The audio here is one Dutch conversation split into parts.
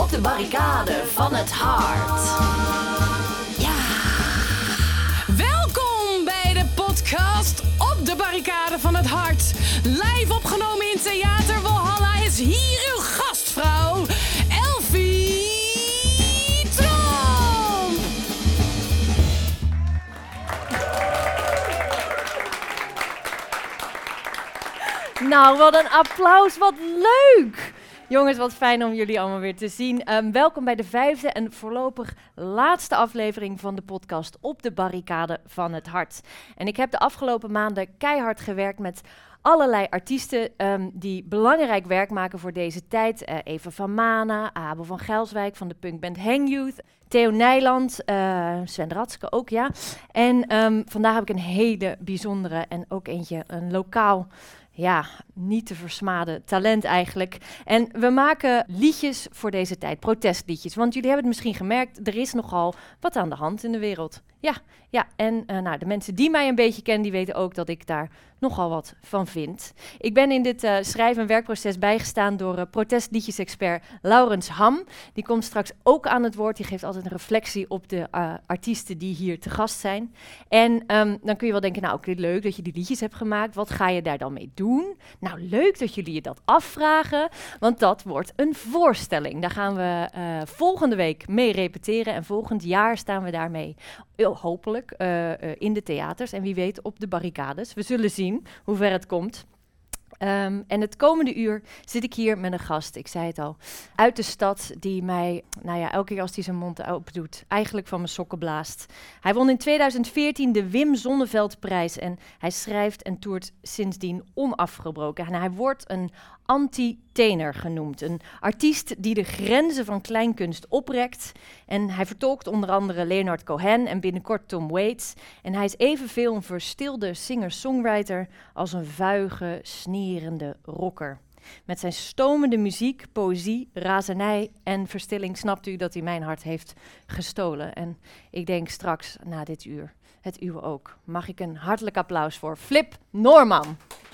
op de barricade van het hart. Ja. Welkom bij de podcast op de barricade van het hart. Live opgenomen in Theater Walhalla is hier uw gastvrouw, Elfie Tromp. Nou, wat een applaus, wat leuk! Jongens, wat fijn om jullie allemaal weer te zien. Welkom bij de 5e en voorlopig laatste aflevering van de podcast op de barricade van het hart. En ik heb de afgelopen maanden keihard gewerkt met allerlei artiesten die belangrijk werk maken voor deze tijd. Eva van Mana, Abel van Gelswijk van de punkband Hang Youth, Theo Nijland, Sven Ratske ook, ja. En vandaag heb ik een hele bijzondere en ook eentje, een lokaal, ja, niet te versmaden talent eigenlijk. En we maken liedjes voor deze tijd, protestliedjes. Want jullie hebben het misschien gemerkt, er is nogal wat aan de hand in de wereld. Ja. En nou, de mensen die mij een beetje kennen, die weten ook dat ik daar nogal wat van vind. Ik ben in dit schrijf- en werkproces bijgestaan door protestliedjesexpert Laurens Ham. Die komt straks ook aan het woord. Die geeft altijd een reflectie op de artiesten die hier te gast zijn. En dan kun je wel denken, nou oké, leuk dat je die liedjes hebt gemaakt. Wat ga je daar dan mee doen? Nou, leuk dat jullie je dat afvragen, want dat wordt een voorstelling. Daar gaan we volgende week mee repeteren en volgend jaar staan we daarmee hopelijk in de theaters en wie weet op de barricades. We zullen zien hoe ver het komt. En het komende uur zit ik hier met een gast, ik zei het al, uit de stad die mij, nou ja, elke keer als hij zijn mond open doet, eigenlijk van mijn sokken blaast. Hij won in 2014 de Wim Zonneveldprijs en hij schrijft en toert sindsdien onafgebroken. En hij wordt een anti-tenor genoemd, een artiest die de grenzen van kleinkunst oprekt. En hij vertolkt onder andere Leonard Cohen en binnenkort Tom Waits. En hij is evenveel een verstilde singer-songwriter als een vuige, snerende rocker. Met zijn stomende muziek, poëzie, razernij en verstilling snapt u dat hij mijn hart heeft gestolen. En ik denk straks, na dit uur, het uwe ook. Mag ik een hartelijk applaus voor Flip Norman.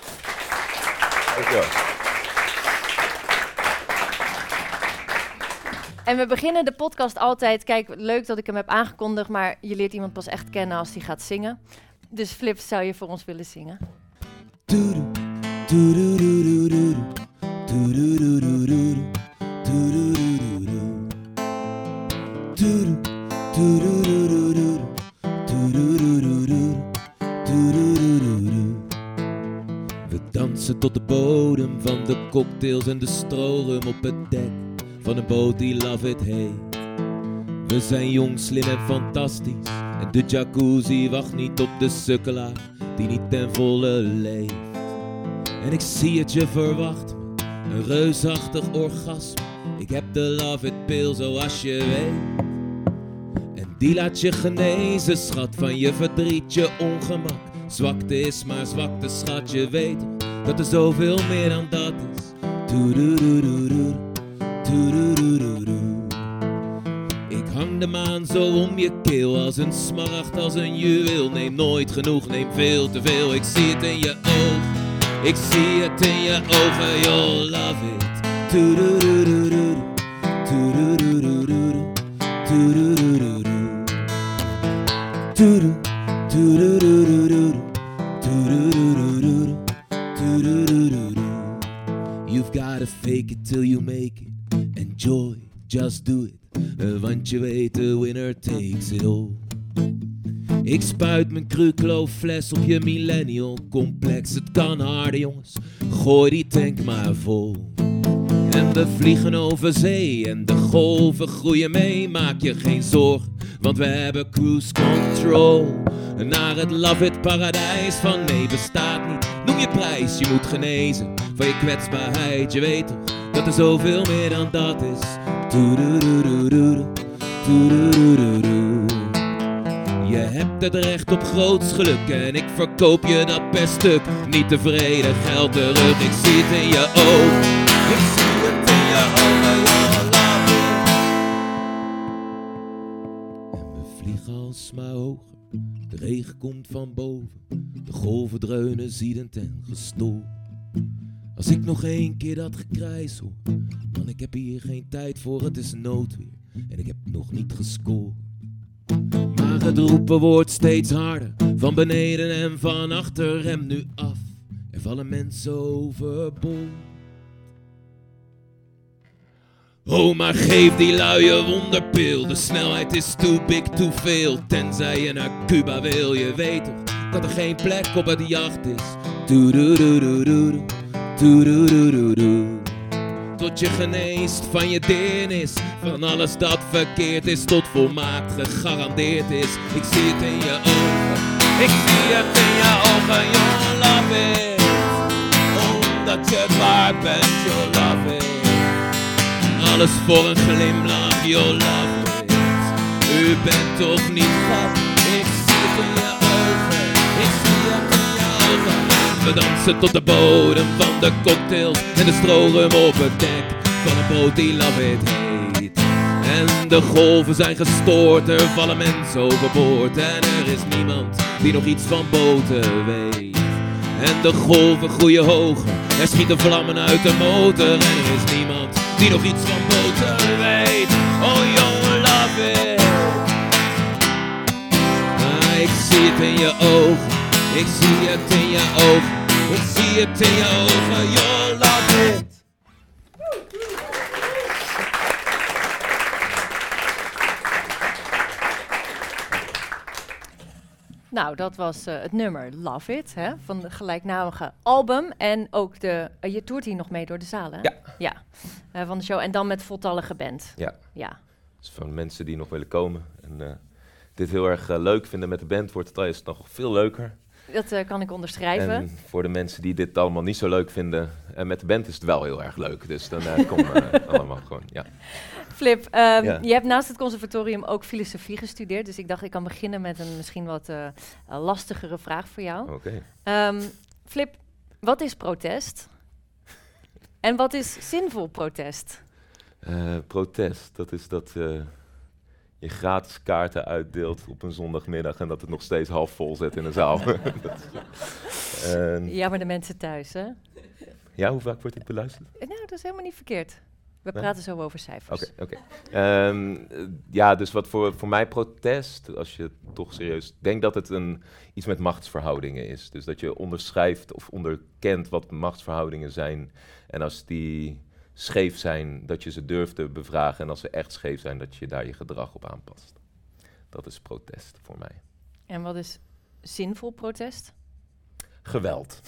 Dankjewel. En we beginnen de podcast altijd, kijk, leuk dat ik hem heb aangekondigd, maar je leert iemand pas echt kennen als hij gaat zingen. Dus Flip, zou je voor ons willen zingen? We dansen tot de bodem van de cocktails en de stroom op het dek van een boot die Love It heet. We zijn jong, slim en fantastisch en de jacuzzi wacht niet op de sukkelaar die niet ten volle leeft. En ik zie het je verwachten, een reusachtig orgasme. Ik heb de Love It pil zoals je weet. En die laat je genezen, schat, van je verdriet, je ongemak. Zwakte is maar zwakte, schat, je weet dat er zoveel meer dan dat is. Ik hang de maan zo om je keel, als een smaragd, als een juweel. Neem nooit genoeg, neem veel te veel. Ik zie het in je ogen, ik zie het in je ogen, you'll love it. You've gotta fake it till you make it. Enjoy, just do it. Want je weet, de winner takes it all. Ik spuit mijn Cruclo-fles op je millennial complex. Het kan harder, jongens, gooi die tank maar vol. En we vliegen over zee en de golven groeien mee. Maak je geen zorgen, want we hebben cruise control. Naar het Love It paradijs van nee bestaat niet. Noem je prijs, je moet genezen van je kwetsbaarheid. Je weet toch dat er zoveel meer dan dat is. Je hebt het recht op groots geluk en ik verkoop je dat per stuk. Niet tevreden, geld terug, ik zie het in je ogen. Ik zie het in je ogen, you'll love it. En we vliegen alsmaar hoger, de regen komt van boven. De golven dreunen ziedend en gestoord. Als ik nog 1 keer dat gekrijs hoor, man, ik heb hier geen tijd voor, het is noodweer en ik heb nog niet gescoord. Maar het roepen wordt steeds harder, van beneden en van achter, rem nu af, er vallen mensen overboord. Oh, maar geef die luie wonderpil, de snelheid is too big, too veel. Tenzij je naar Cuba wil, je weet toch dat er geen plek op het jacht is. Doedoedoedoedoe, doedoedoedoedoe. Tot je geneest van je deernis, van alles dat verkeerd is, tot volmaakt gegarandeerd is. Ik zie het in je ogen, ik zie het in je ogen, you love it. Omdat je het waard bent, you love it. Alles voor een glimlach, you love it. U bent toch niet gek, ik zie het in je ogen, ik zie het in je ogen. We dansen tot de bodem van de cocktails en de stroom op het dek van een boot die love it heet. En de golven zijn gestoord, er vallen mensen overboord en er is niemand die nog iets van boten weet. En de golven groeien hoger, er schieten vlammen uit de motor en er is niemand die nog iets van boten weet. Oh, you love it. Ik zie het in je ogen, ik zie het in je ogen, ik zie het in je ogen, you love it. Nou, dat was het nummer Love It, hè, van de gelijknamige album. En ook je toert hier nog mee door de zalen, hè? Ja. Van de show. En dan met voltallige band. Ja. Dus van mensen die nog willen komen en dit heel erg leuk vinden met de band, wordt het juist nog veel leuker. Dat kan ik onderschrijven. En voor de mensen die dit allemaal niet zo leuk vinden, met de band is het wel heel erg leuk. Dus dan kom allemaal gewoon, ja. Flip, je hebt naast het conservatorium ook filosofie gestudeerd. Dus ik dacht, ik kan beginnen met een misschien wat lastigere vraag voor jou. Oké. Flip, wat is protest? En wat is zinvol protest? Protest, dat is dat je gratis kaarten uitdeelt op een zondagmiddag en dat het nog steeds half vol zit in een zaal. Ja, maar de mensen thuis, hè? Ja, hoe vaak wordt dit beluisterd? Nou, dat is helemaal niet verkeerd. We praten zo over cijfers. Oké. Ja, dus wat voor mij protest, als je toch serieus denkt dat het iets met machtsverhoudingen is. Dus dat je onderschrijft of onderkent wat machtsverhoudingen zijn. En als die scheef zijn, dat je ze durft te bevragen. En als ze echt scheef zijn, dat je daar je gedrag op aanpast. Dat is protest voor mij. En wat is zinvol protest? Geweld.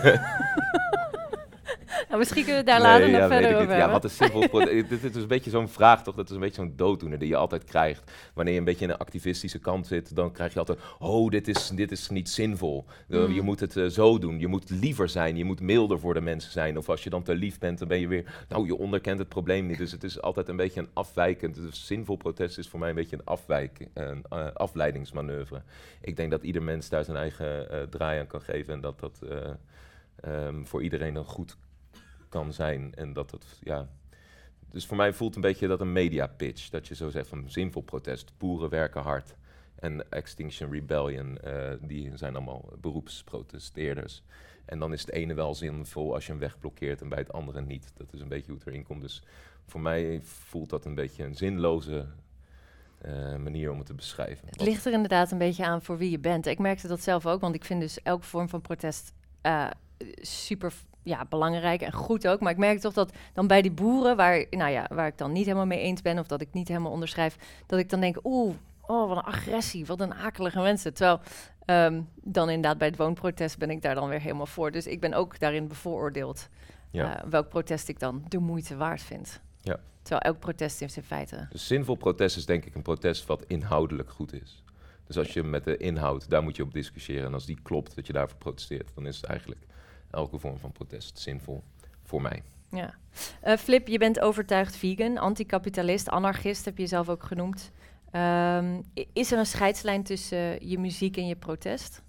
Nou, misschien kunnen we het daar later nog verder over hebben. Ja, wat is zinvol protest? Dit is een beetje zo'n vraag, toch? Dat is een beetje zo'n dooddoener die je altijd krijgt. Wanneer je een beetje in een activistische kant zit, dan krijg je altijd, oh, dit is niet zinvol. Je moet het zo doen. Je moet liever zijn. Je moet milder voor de mensen zijn. Of als je dan te lief bent, dan ben je weer, nou, je onderkent het probleem niet. Dus het is altijd een beetje een afwijkend. Dus zinvol protest is voor mij een beetje een afleidingsmanoeuvre. Ik denk dat ieder mens daar zijn eigen draai aan kan geven en dat dat voor iedereen dan goed kan zijn en dat het, ja. Dus voor mij voelt een beetje dat een media pitch, dat je zo zegt van zinvol protest, boeren werken hard en Extinction Rebellion, die zijn allemaal beroepsprotesteerders. En dan is het ene wel zinvol als je een weg blokkeert en bij het andere niet. Dat is een beetje hoe het erin komt. Dus voor mij voelt dat een beetje een zinloze manier om het te beschrijven. Het ligt er inderdaad een beetje aan voor wie je bent. Ik merkte dat zelf ook, want ik vind dus elke vorm van protest super belangrijk en goed ook. Maar ik merk toch dat dan bij die boeren, waar ik dan niet helemaal mee eens ben, of dat ik niet helemaal onderschrijf, dat ik dan denk, wat een agressie, wat een akelige mensen. Terwijl dan inderdaad bij het woonprotest ben ik daar dan weer helemaal voor. Dus ik ben ook daarin bevooroordeeld welk protest ik dan de moeite waard vind. Ja. Terwijl elk protest is in feite... Dus zinvol protest is denk ik een protest wat inhoudelijk goed is. Dus als je met de inhoud, daar moet je op discussiëren. En als die klopt, dat je daarvoor protesteert, dan is het eigenlijk elke vorm van protest zinvol voor mij. Ja. Flip, je bent overtuigd vegan, anticapitalist, anarchist heb je jezelf ook genoemd. Is er een scheidslijn tussen je muziek en je protest?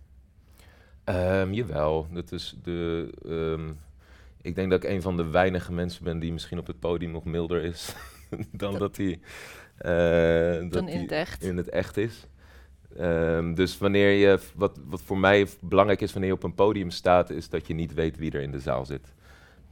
Jawel, dat is ik denk dat ik een van de weinige mensen ben die misschien op het podium nog milder is dan dat hij in het echt is. Dus wanneer je, wat voor mij belangrijk is wanneer je op een podium staat, is dat je niet weet wie er in de zaal zit.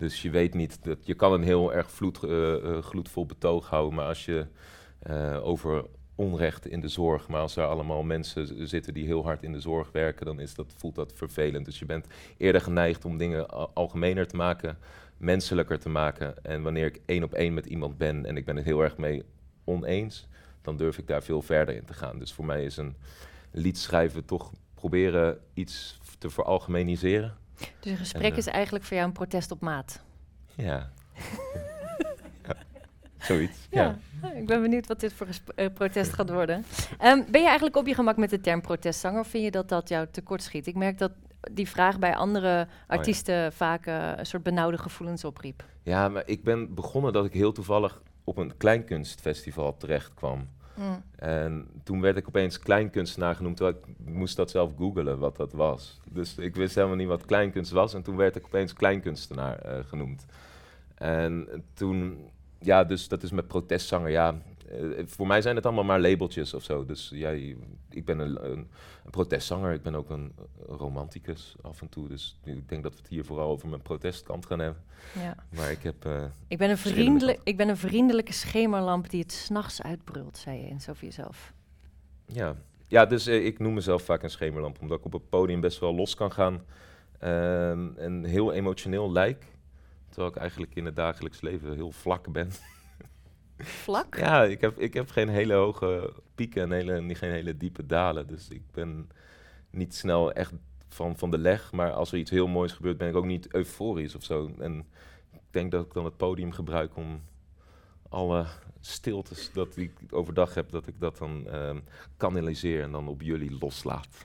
Dus je weet niet, je kan een heel erg gloedvol betoog houden, maar als je over onrecht in de zorg, maar als er allemaal mensen zitten die heel hard in de zorg werken, dan voelt dat vervelend. Dus je bent eerder geneigd om dingen algemener te maken, menselijker te maken. En wanneer ik 1-op-1 met iemand ben en ik ben het heel erg mee oneens, dan durf ik daar veel verder in te gaan. Dus voor mij is een lied schrijven toch proberen iets te veralgemeniseren. Dus een gesprek is eigenlijk voor jou een protest op maat? Ja. Ja. Zoiets, ja. Ik ben benieuwd wat dit voor protest gaat worden. Ben je eigenlijk op je gemak met de term protestzanger of vind je dat jou tekortschiet? Ik merk dat die vraag bij andere artiesten vaak een soort benauwde gevoelens opriep. Ja, maar ik ben begonnen dat ik heel toevallig op een kleinkunstfestival terecht kwam. En toen werd ik opeens kleinkunstenaar genoemd, terwijl ik moest dat zelf googlen wat dat was. Dus ik wist helemaal niet wat kleinkunst was en toen werd ik opeens kleinkunstenaar genoemd. En toen, ja, dus dat is met protestzanger, ja. Voor mij zijn het allemaal maar labeltjes of zo. Dus ja, ik ben een protestzanger, ik ben ook een romanticus af en toe. Dus ik denk dat we het hier vooral over mijn protestkant gaan hebben. Ja. Maar ik heb... Ik ben een vriendelijke schemerlamp die het 's nachts uitbrult, zei je eens over jezelf. Ja, dus ik noem mezelf vaak een schemerlamp, omdat ik op het podium best wel los kan gaan. En heel emotioneel lijk, terwijl ik eigenlijk in het dagelijks leven heel vlak ben. Vlak? Ja, ik heb geen hele hoge pieken en geen hele diepe dalen. Dus ik ben niet snel echt van de leg. Maar als er iets heel moois gebeurt, ben ik ook niet euforisch of zo. En ik denk dat ik dan het podium gebruik om alle stiltes dat ik overdag heb, dat ik dat dan kanaliseer en dan op jullie loslaat.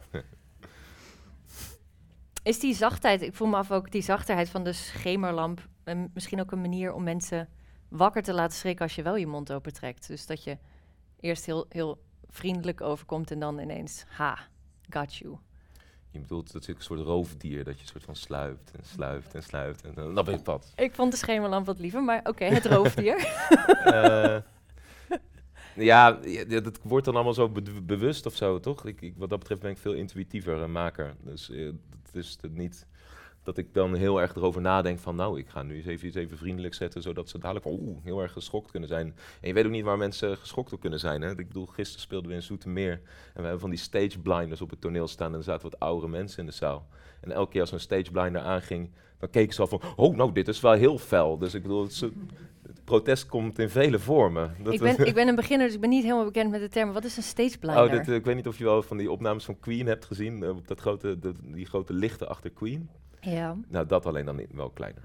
Is die zachtheid, ik voel me af ook die zachtheid van de schemerlamp, misschien ook een manier om mensen wakker te laten schrikken als je wel je mond opentrekt. Dus dat je eerst heel vriendelijk overkomt en dan ineens, got you. Je bedoelt natuurlijk een soort roofdier, dat je een soort van sluipt en sluipt en sluipt en dan ben je pad. Ik vond de schemerlamp wat liever, maar oké, het roofdier. Ja, dat wordt dan allemaal zo bewust of zo, toch? Wat dat betreft ben ik veel intuïtiever maker. Dus het is niet dat ik dan heel erg erover nadenk van, nou, ik ga nu eens even vriendelijk zetten, zodat ze dadelijk heel erg geschokt kunnen zijn. En je weet ook niet waar mensen geschokt op kunnen zijn, hè? Ik bedoel, gisteren speelden we in Zoetermeer en we hebben van die stage blinders op het toneel staan en er zaten wat oudere mensen in de zaal. En elke keer als een stage blinder aanging, dan keken ze al van, nou, dit is wel heel fel. Dus ik bedoel, het protest komt in vele vormen. Ik ben een beginner, dus ik ben niet helemaal bekend met de term. Wat is een stage blinder? Ik weet niet of je wel van die opnames van Queen hebt gezien, op dat die grote lichten achter Queen. Ja. Nou, dat alleen dan wel kleiner.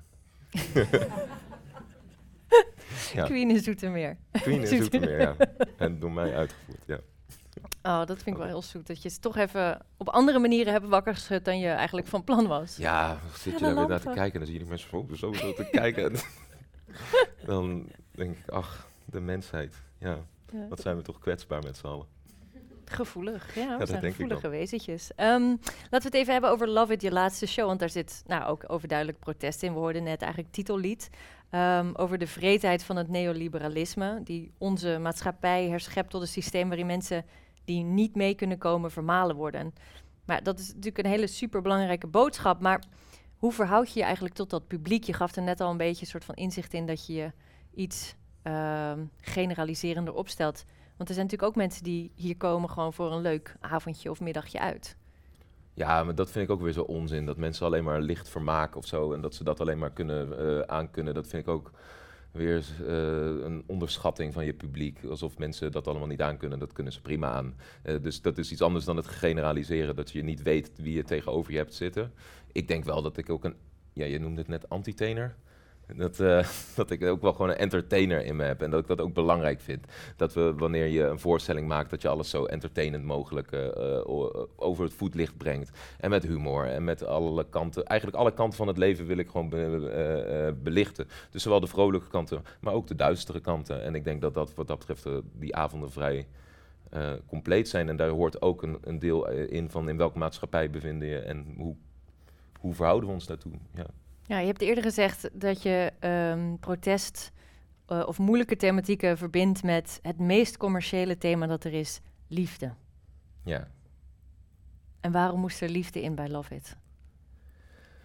Ja. Queen in Zoetermeer. Queen in Zoetermeer, ja. En door mij uitgevoerd, ja. Oh, dat vind ik wel heel zoet. Dat je het toch even op andere manieren hebt wakker geschud dan je eigenlijk van plan was. Ja, zit je daar weer naar te kijken en dan zie je die mensen zo te kijken. Dan denk ik, ach, de mensheid. Ja, wat zijn we toch kwetsbaar met z'n allen. Gevoelig, ja, we zijn gevoelige wezentjes. Laten we het even hebben over Love It, je laatste show. Want daar zit ook overduidelijk protest in. We hoorden net eigenlijk titellied over de vreedheid van het neoliberalisme, die onze maatschappij herschept tot een systeem waarin mensen die niet mee kunnen komen vermalen worden. Maar dat is natuurlijk een hele superbelangrijke boodschap. Maar hoe verhoud je je eigenlijk tot dat publiek? Je gaf er net al een beetje een soort van inzicht in dat je iets generaliserender opstelt. Want er zijn natuurlijk ook mensen die hier komen gewoon voor een leuk avondje of middagje uit. Ja, maar dat vind ik ook weer zo onzin. Dat mensen alleen maar licht vermaken of zo en dat ze dat alleen maar kunnen aankunnen. Dat vind ik ook weer een onderschatting van je publiek. Alsof mensen dat allemaal niet aankunnen. Dat kunnen ze prima aan. Dus dat is iets anders dan het generaliseren. Dat je niet weet wie je tegenover je hebt zitten. Ik denk wel dat ik ook je noemde het net anti-tainer. Dat ik ook wel gewoon een entertainer in me heb. En dat ik dat ook belangrijk vind. Dat we, wanneer je een voorstelling maakt, dat je alles zo entertainend mogelijk over het voetlicht brengt. En met humor en met alle kanten. Eigenlijk alle kanten van het leven wil ik gewoon belichten. Dus zowel de vrolijke kanten, maar ook de duistere kanten. En ik denk dat wat dat betreft die avonden vrij compleet zijn. En daar hoort ook een deel in van in welke maatschappij bevinden je en hoe verhouden we ons daartoe. Ja. Ja, je hebt eerder gezegd dat je protest of moeilijke thematieken verbindt met het meest commerciële thema dat er is, liefde. Ja. En waarom moest er liefde in bij Love It?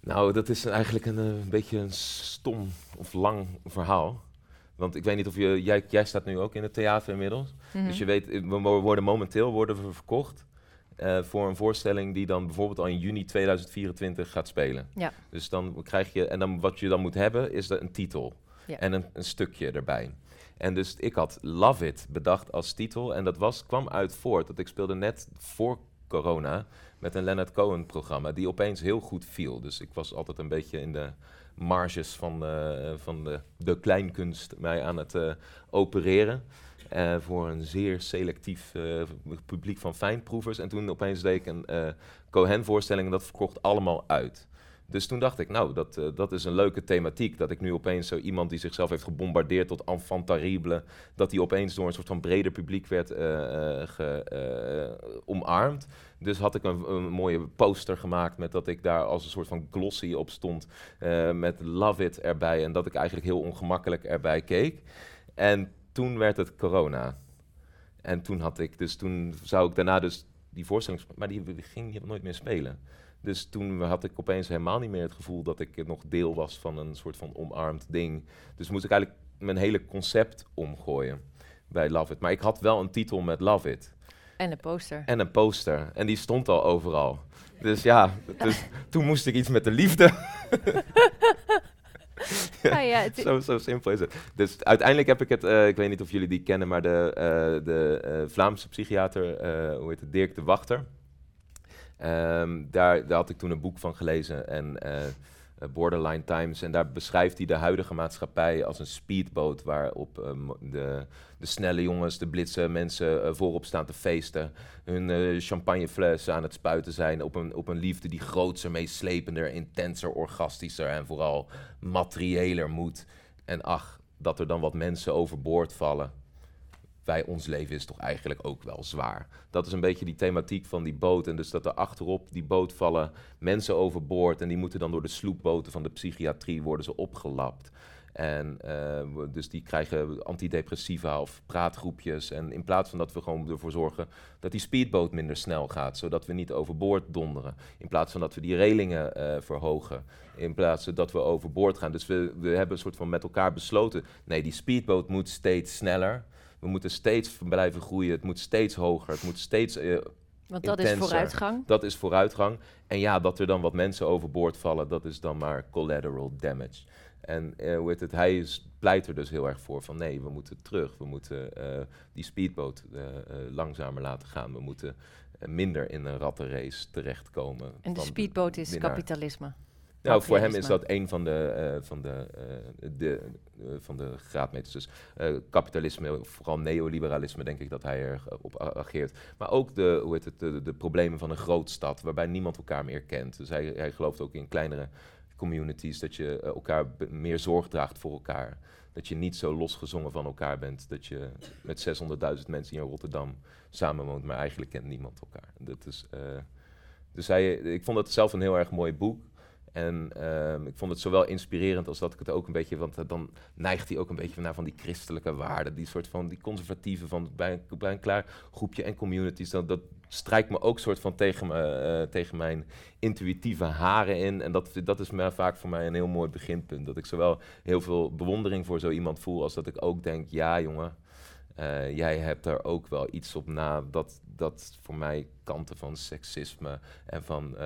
Nou, dat is eigenlijk een beetje een stom of lang verhaal. Want ik weet niet of jij staat nu ook in het theater inmiddels. Dus je weet, we worden verkocht voor een voorstelling die dan bijvoorbeeld al in juni 2024 gaat spelen. Ja. Dus dan krijg je, en dan wat je dan moet hebben is een titel en een stukje erbij. En dus ik had Love It bedacht als titel en dat kwam uit voort dat ik speelde net voor corona met een Leonard Cohen programma die opeens heel goed viel. Dus ik was altijd een beetje in de marges van de kleinkunst mij aan het opereren. Voor een zeer selectief publiek van fijnproevers. En toen opeens deed ik een Cohen-voorstelling en dat verkocht allemaal uit. Dus toen dacht ik, nou, dat is een leuke thematiek. Dat ik nu opeens zo iemand die zichzelf heeft gebombardeerd tot enfant terrible, dat die opeens door een soort van breder publiek werd omarmd. Dus had ik een mooie poster gemaakt met dat ik daar als een soort van glossy op stond. Met Love It erbij en dat ik eigenlijk heel ongemakkelijk erbij keek. En toen werd het corona. En toen zou ik daarna dus die voorstelling, maar die ging nooit meer spelen. Dus toen had ik opeens helemaal niet meer het gevoel dat ik nog deel was van een soort van omarmd ding. Dus moest ik eigenlijk mijn hele concept omgooien bij Love It. Maar ik had wel een titel met Love It. En een poster. En een poster. En die stond al overal. Dus ja, toen moest ik iets met de liefde. Zo simpel is het. Dus uiteindelijk heb ik het, ik weet niet of jullie die kennen, maar de Vlaamse psychiater, Dirk de Wachter. Daar had ik toen een boek van gelezen en Borderline Times. En daar beschrijft hij de huidige maatschappij als een speedboot waarop de snelle jongens, de blitse mensen voorop staan te feesten. Hun champagneflessen aan het spuiten zijn op een liefde die grootser, meeslepender, intenser, orgastischer en vooral materiëler moet. En ach, dat er dan wat mensen overboord vallen. Ons leven is toch eigenlijk ook wel zwaar. Dat is een beetje die thematiek van die boot. En dus dat er achterop die boot vallen mensen overboord. En die moeten dan door de sloepboten van de psychiatrie worden ze opgelapt. En dus die krijgen antidepressiva of praatgroepjes. En in plaats van dat we gewoon ervoor zorgen dat die speedboot minder snel gaat. Zodat we niet overboord donderen. In plaats van dat we die relingen verhogen. In plaats van dat we overboord gaan. Dus we hebben een soort van met elkaar besloten. Nee, die speedboot moet steeds sneller. We moeten steeds blijven groeien, het moet steeds hoger, het moet steeds Want dat is vooruitgang. Dat is vooruitgang. En ja, dat er dan wat mensen overboord vallen, dat is dan maar collateral damage. En hij pleit er dus heel erg voor van nee, we moeten terug. We moeten die speedboot langzamer laten gaan. We moeten minder in een rattenrace terechtkomen. En de speedboot is kapitalisme. Nou, voor hem is dat een van de graadmeters. Dus kapitalisme, vooral neoliberalisme, denk ik dat hij erop ageert. Maar ook de problemen van een grootstad, waarbij niemand elkaar meer kent. Dus hij gelooft ook in kleinere communities, dat je elkaar meer zorg draagt voor elkaar. Dat je niet zo losgezongen van elkaar bent, dat je met 600.000 mensen in Rotterdam samenwoont, maar eigenlijk kent niemand elkaar. Dat is, dus ik vond het zelf een heel erg mooi boek. En ik vond het zowel inspirerend als dat ik het ook een beetje, want dan neigt hij ook een beetje naar van die christelijke waarden, die soort van die conservatieve van bij een klaar groepje en communities. Dat strijkt me ook soort van tegen mijn intuïtieve haren in. En dat is vaak voor mij een heel mooi beginpunt. Dat ik zowel heel veel bewondering voor zo iemand voel, als dat ik ook denk, ja jongen, jij hebt er ook wel iets op na dat voor mij kanten van seksisme en van,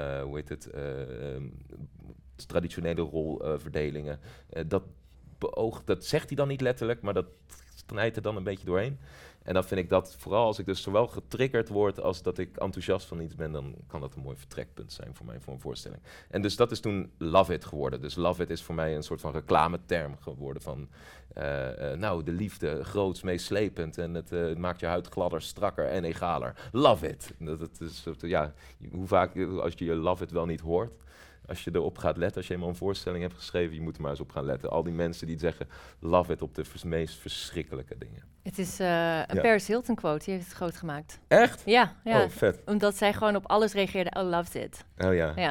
traditionele rolverdelingen, dat zegt hij dan niet letterlijk, maar dat knijpt er dan een beetje doorheen. En dan vind ik dat, vooral als ik dus zowel getriggerd word als dat ik enthousiast van iets ben, dan kan dat een mooi vertrekpunt zijn voor mij, voor een voorstelling. En dus dat is toen Love It geworden. Dus Love It is voor mij een soort van reclameterm geworden van, de liefde, groots, meeslepend en het maakt je huid gladder, strakker en egaler. Love It. Dat is, hoe vaak, als je Love It wel niet hoort, als je erop gaat letten, als je eenmaal een voorstelling hebt geschreven, je moet er maar eens op gaan letten. Al die mensen die zeggen, love it op de meest verschrikkelijke dingen. Het is een Paris Hilton quote, die heeft het groot gemaakt. Echt? Ja. Oh, vet. Omdat zij gewoon op alles reageerde, oh, loved it. Oh ja. Ja.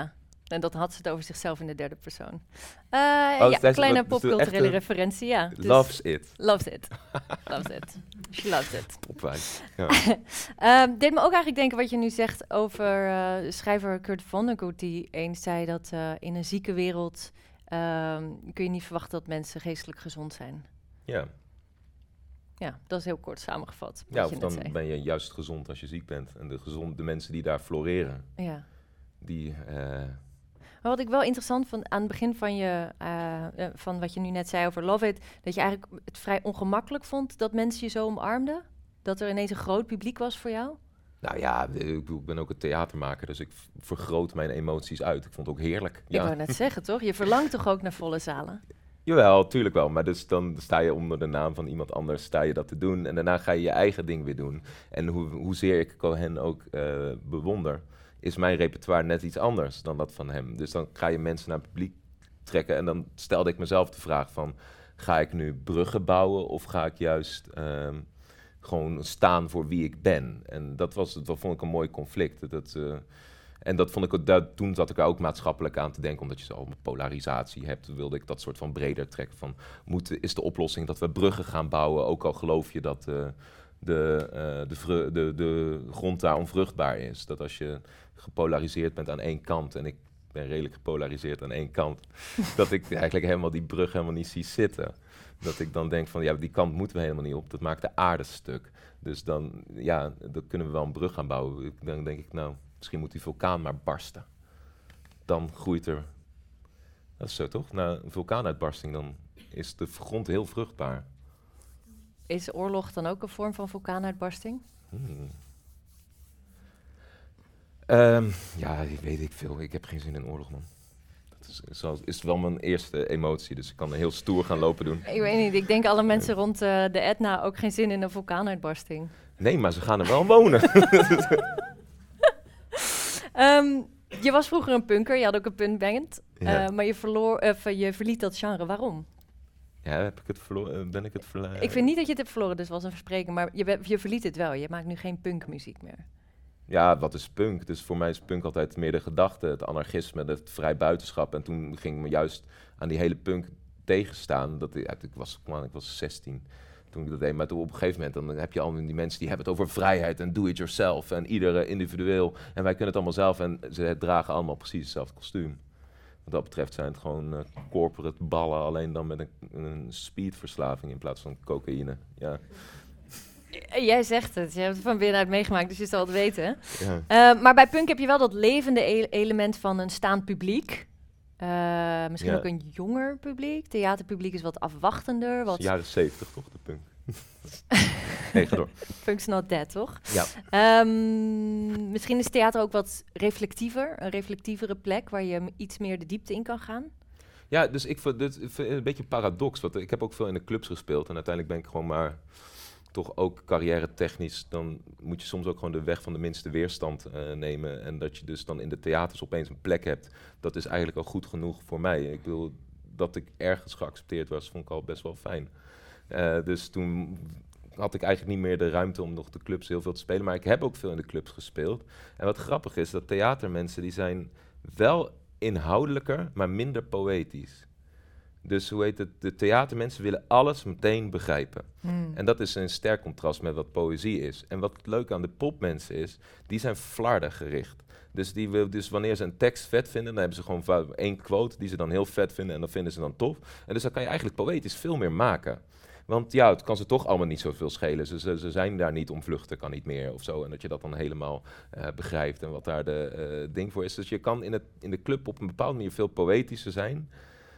En dat had ze het over zichzelf in de derde persoon. Kleine dus popculturele referentie, ja. Dus Loves it. Loves it. Loves it. She loves it. Opwijs. Ja. Deed me ook eigenlijk denken wat je nu zegt over schrijver Kurt Vonnegut, die eens zei dat in een zieke wereld kun je niet verwachten dat mensen geestelijk gezond zijn. Ja. Ja, dat is heel kort samengevat. Ja, wat of je net dan zei. ben je juist gezond als je ziek bent. En de mensen die daar floreren, Ja. die... Maar wat ik wel interessant vond aan het begin van wat je nu net zei over Love It, dat je eigenlijk het vrij ongemakkelijk vond dat mensen je zo omarmden? Dat er ineens een groot publiek was voor jou? Nou ja, ik ben ook een theatermaker, dus ik vergroot mijn emoties uit. Ik vond het ook heerlijk. Ik wou net zeggen, toch? Je verlangt toch ook naar volle zalen? Jawel, tuurlijk wel. Maar dus dan sta je onder de naam van iemand anders, sta je dat te doen. En daarna ga je je eigen ding weer doen. En hoezeer ik Cohen ook bewonder, is mijn repertoire net iets anders dan dat van hem. Dus dan ga je mensen naar het publiek trekken. En dan stelde ik mezelf de vraag van, ga ik nu bruggen bouwen of ga ik juist gewoon staan voor wie ik ben? En dat vond ik een mooi conflict. En dat vond ik ook, toen zat ik er ook maatschappelijk aan te denken, omdat je zo polarisatie hebt, wilde ik dat soort van breder trekken van, is de oplossing dat we bruggen gaan bouwen, ook al geloof je dat de grond daar onvruchtbaar is. Dat als je gepolariseerd bent aan één kant, en ik ben redelijk gepolariseerd aan één kant, dat ik eigenlijk helemaal die brug helemaal niet zie zitten. Dat ik dan denk van, ja, die kant moeten we helemaal niet op, dat maakt de aarde stuk. Dus dan kunnen we wel een brug gaan bouwen. Dan denk ik, nou, misschien moet die vulkaan maar barsten. Dan groeit er... Dat is zo, toch? Na een vulkaanuitbarsting, dan is de grond heel vruchtbaar. Is oorlog dan ook een vorm van vulkaanuitbarsting? Ja, ik weet ik veel. Ik heb geen zin in oorlog, man. Dat is wel mijn eerste emotie, dus ik kan heel stoer gaan lopen doen. Ik weet niet, ik denk alle mensen rond de Etna ook geen zin in een vulkaanuitbarsting. Nee, maar ze gaan er wel wonen. Je was vroeger een punker, je had ook een punkband, Ja. maar je verliet dat genre. Waarom? Ja, heb ik het verloren? Ben ik het verloren? Ik vind niet dat je het hebt verloren, dus was een verspreking, maar je verliet het wel. Je maakt nu geen punkmuziek meer. Ja, wat is punk? Dus voor mij is punk altijd meer de gedachte, het anarchisme, het vrij buitenschap. En toen ging ik me juist aan die hele punk tegenstaan. Ik was 16 toen ik dat deed. Maar op een gegeven moment dan heb je al die mensen die hebben het over vrijheid en do-it-yourself. En iedere individueel. En wij kunnen het allemaal zelf. En ze dragen allemaal precies hetzelfde kostuum. Wat dat betreft zijn het gewoon corporate ballen. Alleen dan met een speedverslaving in plaats van cocaïne. Ja. Jij zegt het, je hebt het van binnenuit meegemaakt, dus je zal het weten. Ja. Maar bij punk heb je wel dat levende element van een staand publiek. Misschien ook een jonger publiek. Theaterpubliek is wat afwachtender. Dat is jaren 70 toch, de punk? Nee, ga door. Punk's not dead, toch? Ja. Misschien is theater ook wat reflectiever. Een reflectievere plek waar je iets meer de diepte in kan gaan. Ja, dus ik vind het een beetje een paradox. Want ik heb ook veel in de clubs gespeeld. En uiteindelijk ben ik gewoon maar... toch ook carrière technisch, dan moet je soms ook gewoon de weg van de minste weerstand nemen. En dat je dus dan in de theaters opeens een plek hebt, dat is eigenlijk al goed genoeg voor mij. Ik bedoel, dat ik ergens geaccepteerd was, vond ik al best wel fijn. Dus toen had ik eigenlijk niet meer de ruimte om nog de clubs heel veel te spelen. Maar ik heb ook veel in de clubs gespeeld. En wat grappig is, dat theatermensen, die zijn wel inhoudelijker, maar minder poëtisch. Dus de theatermensen willen alles meteen begrijpen. En dat is een sterk contrast met wat poëzie is. En wat het leuke aan de popmensen is, die zijn flarden gericht. Dus wanneer ze een tekst vet vinden, dan hebben ze gewoon één quote die ze dan heel vet vinden en dat vinden ze dan tof. En dus dan kan je eigenlijk poëtisch veel meer maken. Want ja, het kan ze toch allemaal niet zoveel schelen. Ze zijn daar niet om vluchten, kan niet meer of zo. En dat je dat dan helemaal begrijpt en wat daar de ding voor is. Dus je kan in de club op een bepaalde manier veel poëtischer zijn.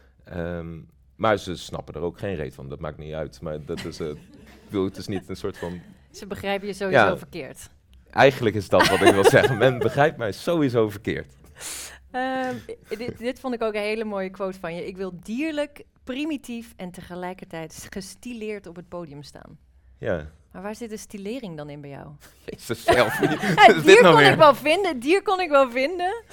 Maar ze snappen er ook geen reet van, dat maakt niet uit. Maar dat is, het is niet een soort van... Ze begrijpen je sowieso verkeerd. Eigenlijk is dat wat ik wil zeggen. Men begrijpt mij sowieso verkeerd. Dit vond ik ook een hele mooie quote van je. Ik wil dierlijk, primitief en tegelijkertijd gestileerd op het podium staan. Ja. Maar waar zit de stilering dan in bij jou? Jezus, zelf. Dier kon ik wel vinden. Dier kon ik wel vinden.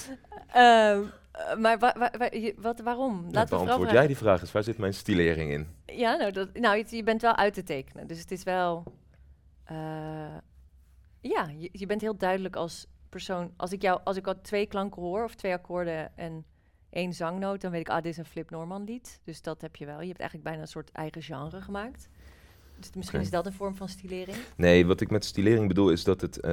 Maar waarom? Laten we beantwoord jij die vraag eens. Waar zit mijn stilering in? Ja, je bent wel uit te tekenen. Dus het is wel... je bent heel duidelijk als persoon, als ik al 2 klanken hoor of 2 akkoorden en 1 zangnoot, dan weet ik, dit is een Flip Norman lied. Dus dat heb je wel. Je hebt eigenlijk bijna een soort eigen genre gemaakt. Dus misschien is dat een vorm van stilering? Nee, wat ik met stilering bedoel is dat het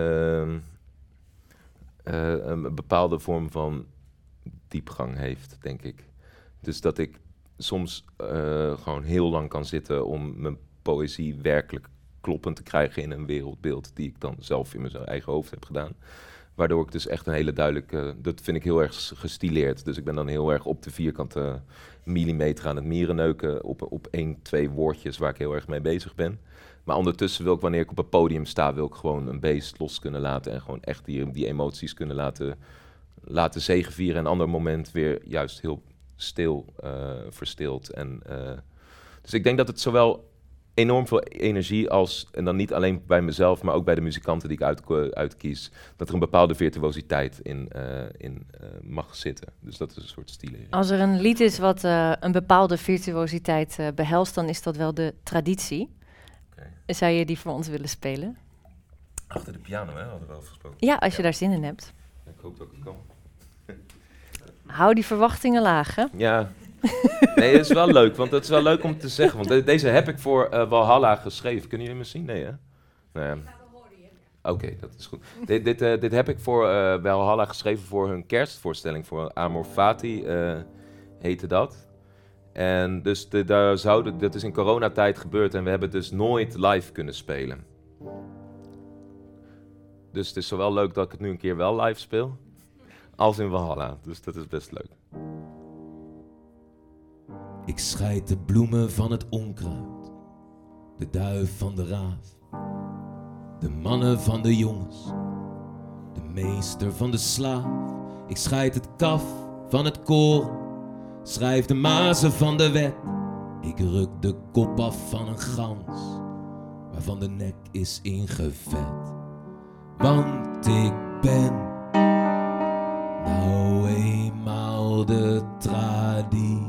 een bepaalde vorm van diepgang heeft, denk ik. Dus dat ik soms gewoon heel lang kan zitten om mijn poëzie werkelijk kloppend te krijgen in een wereldbeeld die ik dan zelf in mijn eigen hoofd heb gedaan. Waardoor ik dus echt een hele duidelijke... dat vind ik heel erg gestileerd. Dus ik ben dan heel erg op de vierkante millimeter aan het mierenneuken op 1, 2 woordjes waar ik heel erg mee bezig ben. Maar ondertussen wil ik, wanneer ik op een podium sta, wil ik gewoon een beest los kunnen laten en gewoon echt die emoties kunnen laten zegevieren. En een ander moment weer juist heel stil, verstild. Dus ik denk dat het zowel enorm veel energie als, en dan niet alleen bij mezelf, maar ook bij de muzikanten die ik uitkies, dat er een bepaalde virtuositeit in mag zitten. Dus dat is een soort stilering. Als er een lied is wat een bepaalde virtuositeit behelst, dan is dat wel de traditie. Okay. Zou je die voor ons willen spelen? Achter de piano, hè, hadden we al gesproken. Ja, als je daar zin in hebt. Ja, ik hoop dat ik kan. Hou die verwachtingen laag, hè? Ja. Nee, dat is wel leuk, want het is wel leuk om te zeggen. Want deze heb ik voor Valhalla geschreven. Kunnen jullie me zien? Nee, hè? Nee. Oké, dat is goed. Dit heb ik voor Valhalla geschreven voor hun kerstvoorstelling. Voor Amor Fati heette dat. En dus dat is in coronatijd gebeurd en we hebben het dus nooit live kunnen spelen. Dus het is zowel leuk dat ik het nu een keer wel live speel, als in Valhalla. Dus dat is best leuk. Ik scheid de bloemen van het onkruid, de duif van de raaf, de mannen van de jongens, de meester van de slaaf. Ik scheid het kaf van het koren, schrijf de mazen van de wet. Ik ruk de kop af van een gans, waarvan de nek is ingevet. Want ik ben nou eenmaal de traditie.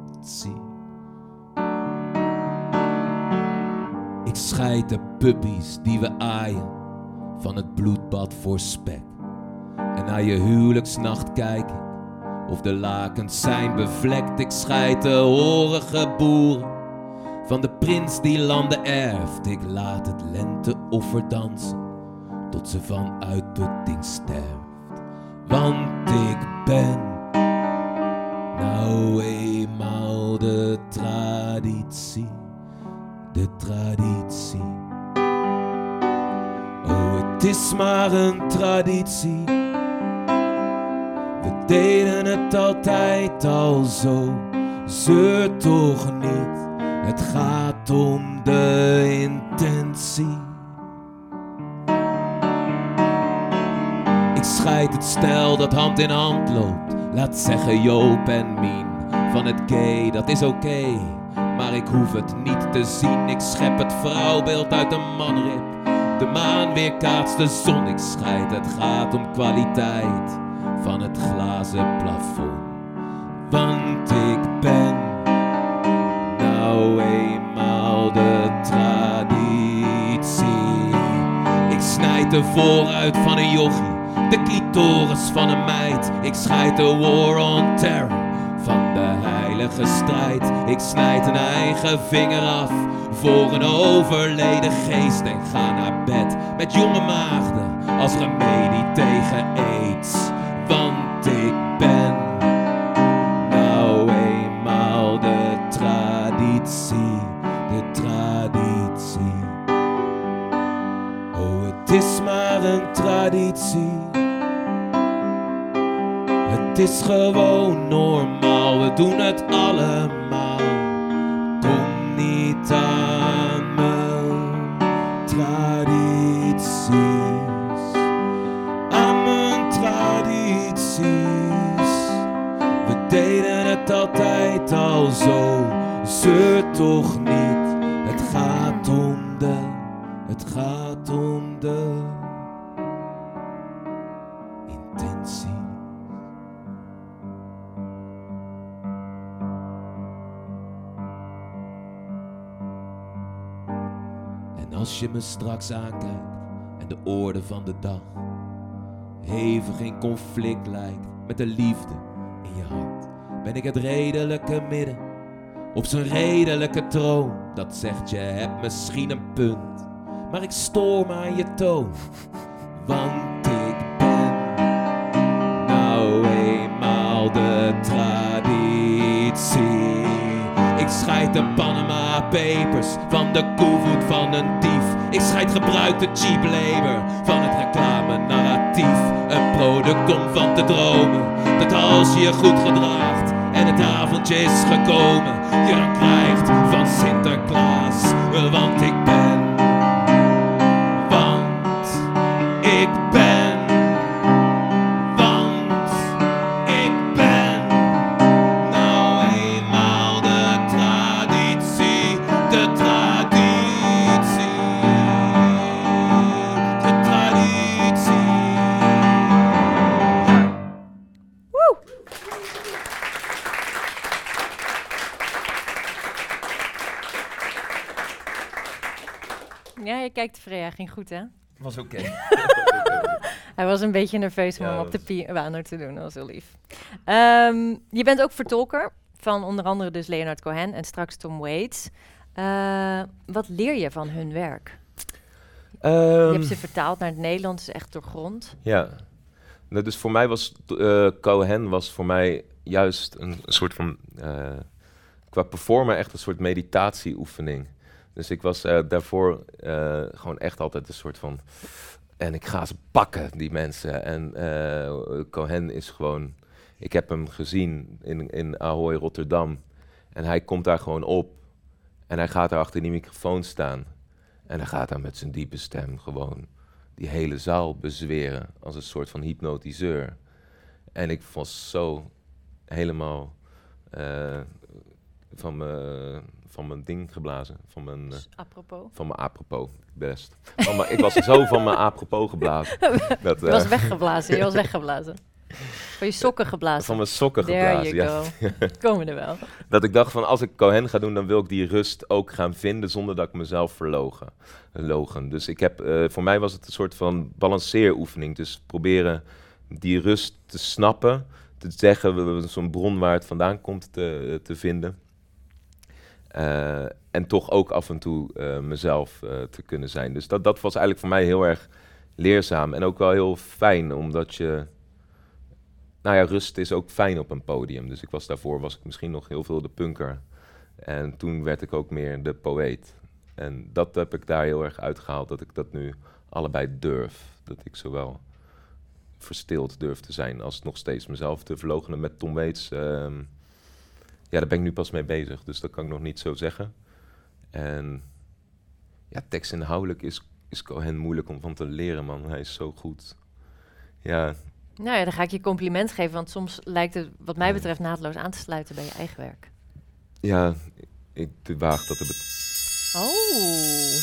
Ik scheid de puppies die we aaien van het bloedbad voor spek. En naar je huwelijksnacht kijk ik of de lakens zijn bevlekt. Ik scheid de horige boeren van de prins die landen erft. Ik laat het lenteoffer dansen tot ze van uitputting sterft. Want ik ben nou eenmaal de traditie, de traditie. Oh, het is maar een traditie. We deden het altijd al zo, zeur toch niet. Het gaat om de intentie. Ik scheid het stel dat hand in hand loopt. Laat zeggen Joop en Mien van het gay, dat is oké. Maar ik hoef het niet te zien. Ik schep het vrouwbeeld uit de manrib. De maan weerkaatst de zon. Ik scheid, het gaat om kwaliteit van het glazen plafond. Want ik ben nou eenmaal de traditie. Ik snijd de vooruit van een jochie, de clitoris van een meid. Ik scheid de war on terror van de heilige strijd. Ik snijd een eigen vinger af voor een overleden geest. En ga naar bed met jonge maagden als remedie tegen aids. Want ik ben nou eenmaal de traditie, de traditie. Oh, het is maar een traditie. Het is gewoon normaal, we doen het allemaal. Kom niet aan mijn tradities, aan mijn tradities. We deden het altijd al zo, zeur toch niet. Het gaat om de intentie. En als je me straks aankijkt en de orde van de dag hevig in conflict lijkt met de liefde in je hart. Ben ik het redelijke midden op zo'n redelijke troon? Dat zegt je hebt misschien een punt, maar ik stoor me aan je toon. Want ik ben nou eenmaal de traditie. Ik scheid de Panama Papers van de koevoet van een dief. Ik scheid gebruikte cheap labor van het reclame-narratief. Een product om van te dromen, dat als je je goed gedraagt en het avondje is gekomen, je dan krijgt van Sinterklaas. Want ik ben, want ik ben, want ik ben nou eenmaal de traditie, de traditie, de traditie. Woe! Ja, je kijkt tevreden. Ging goed, hè? Was oké. Hij was een beetje nerveus om Ja, hem op dat de piano te doen. Dat was heel lief. Je bent ook vertolker van onder andere dus Leonard Cohen en straks Tom Waits. Wat leer je van hun werk? Je hebt ze vertaald naar het Nederlands, is echt doorgrond. Ja. Nou, dus voor mij was Cohen was voor mij juist een soort van qua performer echt een soort meditatieoefening. Dus ik was daarvoor gewoon echt altijd een soort van en ik ga ze pakken, die mensen. En Cohen is gewoon, ik heb hem gezien in Ahoy Rotterdam en hij komt daar gewoon op en hij gaat daar achter die microfoon staan en hij gaat daar met zijn diepe stem gewoon die hele zaal bezweren als een soort van hypnotiseur. En ik was zo helemaal van mijn ding geblazen. Van mijn Apropos. van mijn apropos, best. Ik was zo van mijn apropos geblazen. Dat, Je was weggeblazen, je was weggeblazen. Van je sokken geblazen. van mijn sokken There geblazen, you ja. go. Komen er wel. Dat ik dacht van, als ik Cohen ga doen, dan wil ik die rust ook gaan vinden zonder dat ik mezelf verlogen. Dus ik heb, voor mij was het een soort van balanceeroefening. Dus proberen die rust te snappen, te zeggen, zo'n bron waar het vandaan komt te vinden. En toch ook af en toe mezelf te kunnen zijn. Dus dat was eigenlijk voor mij heel erg leerzaam. En ook wel heel fijn, omdat je... Nou ja, rust is ook fijn op een podium. Dus daarvoor was ik misschien nog heel veel de punker. En toen werd ik ook meer de poëet. En dat heb ik daar heel erg uitgehaald, dat ik dat nu allebei durf. Dat ik zowel verstild durf te zijn als nog steeds mezelf te verloochenen. Met Tom Waits, ja, daar ben ik nu pas mee bezig. Dus dat kan ik nog niet zo zeggen. En ja, tekstinhoudelijk is Cohen moeilijk om van te leren, man. Hij is zo goed. Ja. Nou ja, dan ga ik je compliment geven, want soms lijkt het wat mij betreft naadloos aan te sluiten bij je eigen werk. Ja, ik waag dat Oh.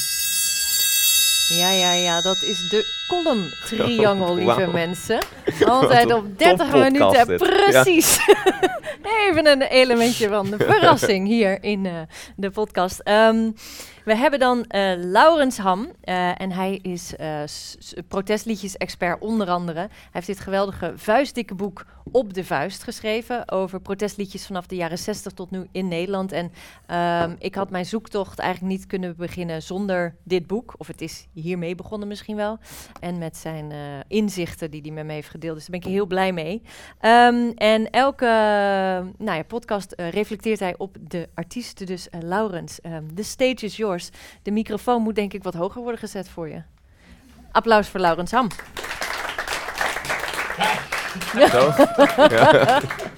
Ja, dat is de column-triangel, lieve Wauw. mensen. Altijd op 30 toppodcast minuten, dit. precies. Even een elementje van de verrassing hier in de podcast. We hebben dan Laurens Ham en hij is protestliedjes-expert onder andere. Hij heeft dit geweldige vuistdikke boek Op de Vuist geschreven over protestliedjes vanaf de jaren 60 tot nu in Nederland. En ik had mijn zoektocht eigenlijk niet kunnen beginnen zonder dit boek. Of het is hiermee begonnen misschien wel. En met zijn inzichten die hij met me heeft gedeeld. Dus daar ben ik heel blij mee. En elke podcast reflecteert hij op de artiesten. Dus Laurens, the stage is yours. De microfoon moet denk ik wat hoger worden gezet voor je. Applaus voor Laurens Ham. Zo? Ja.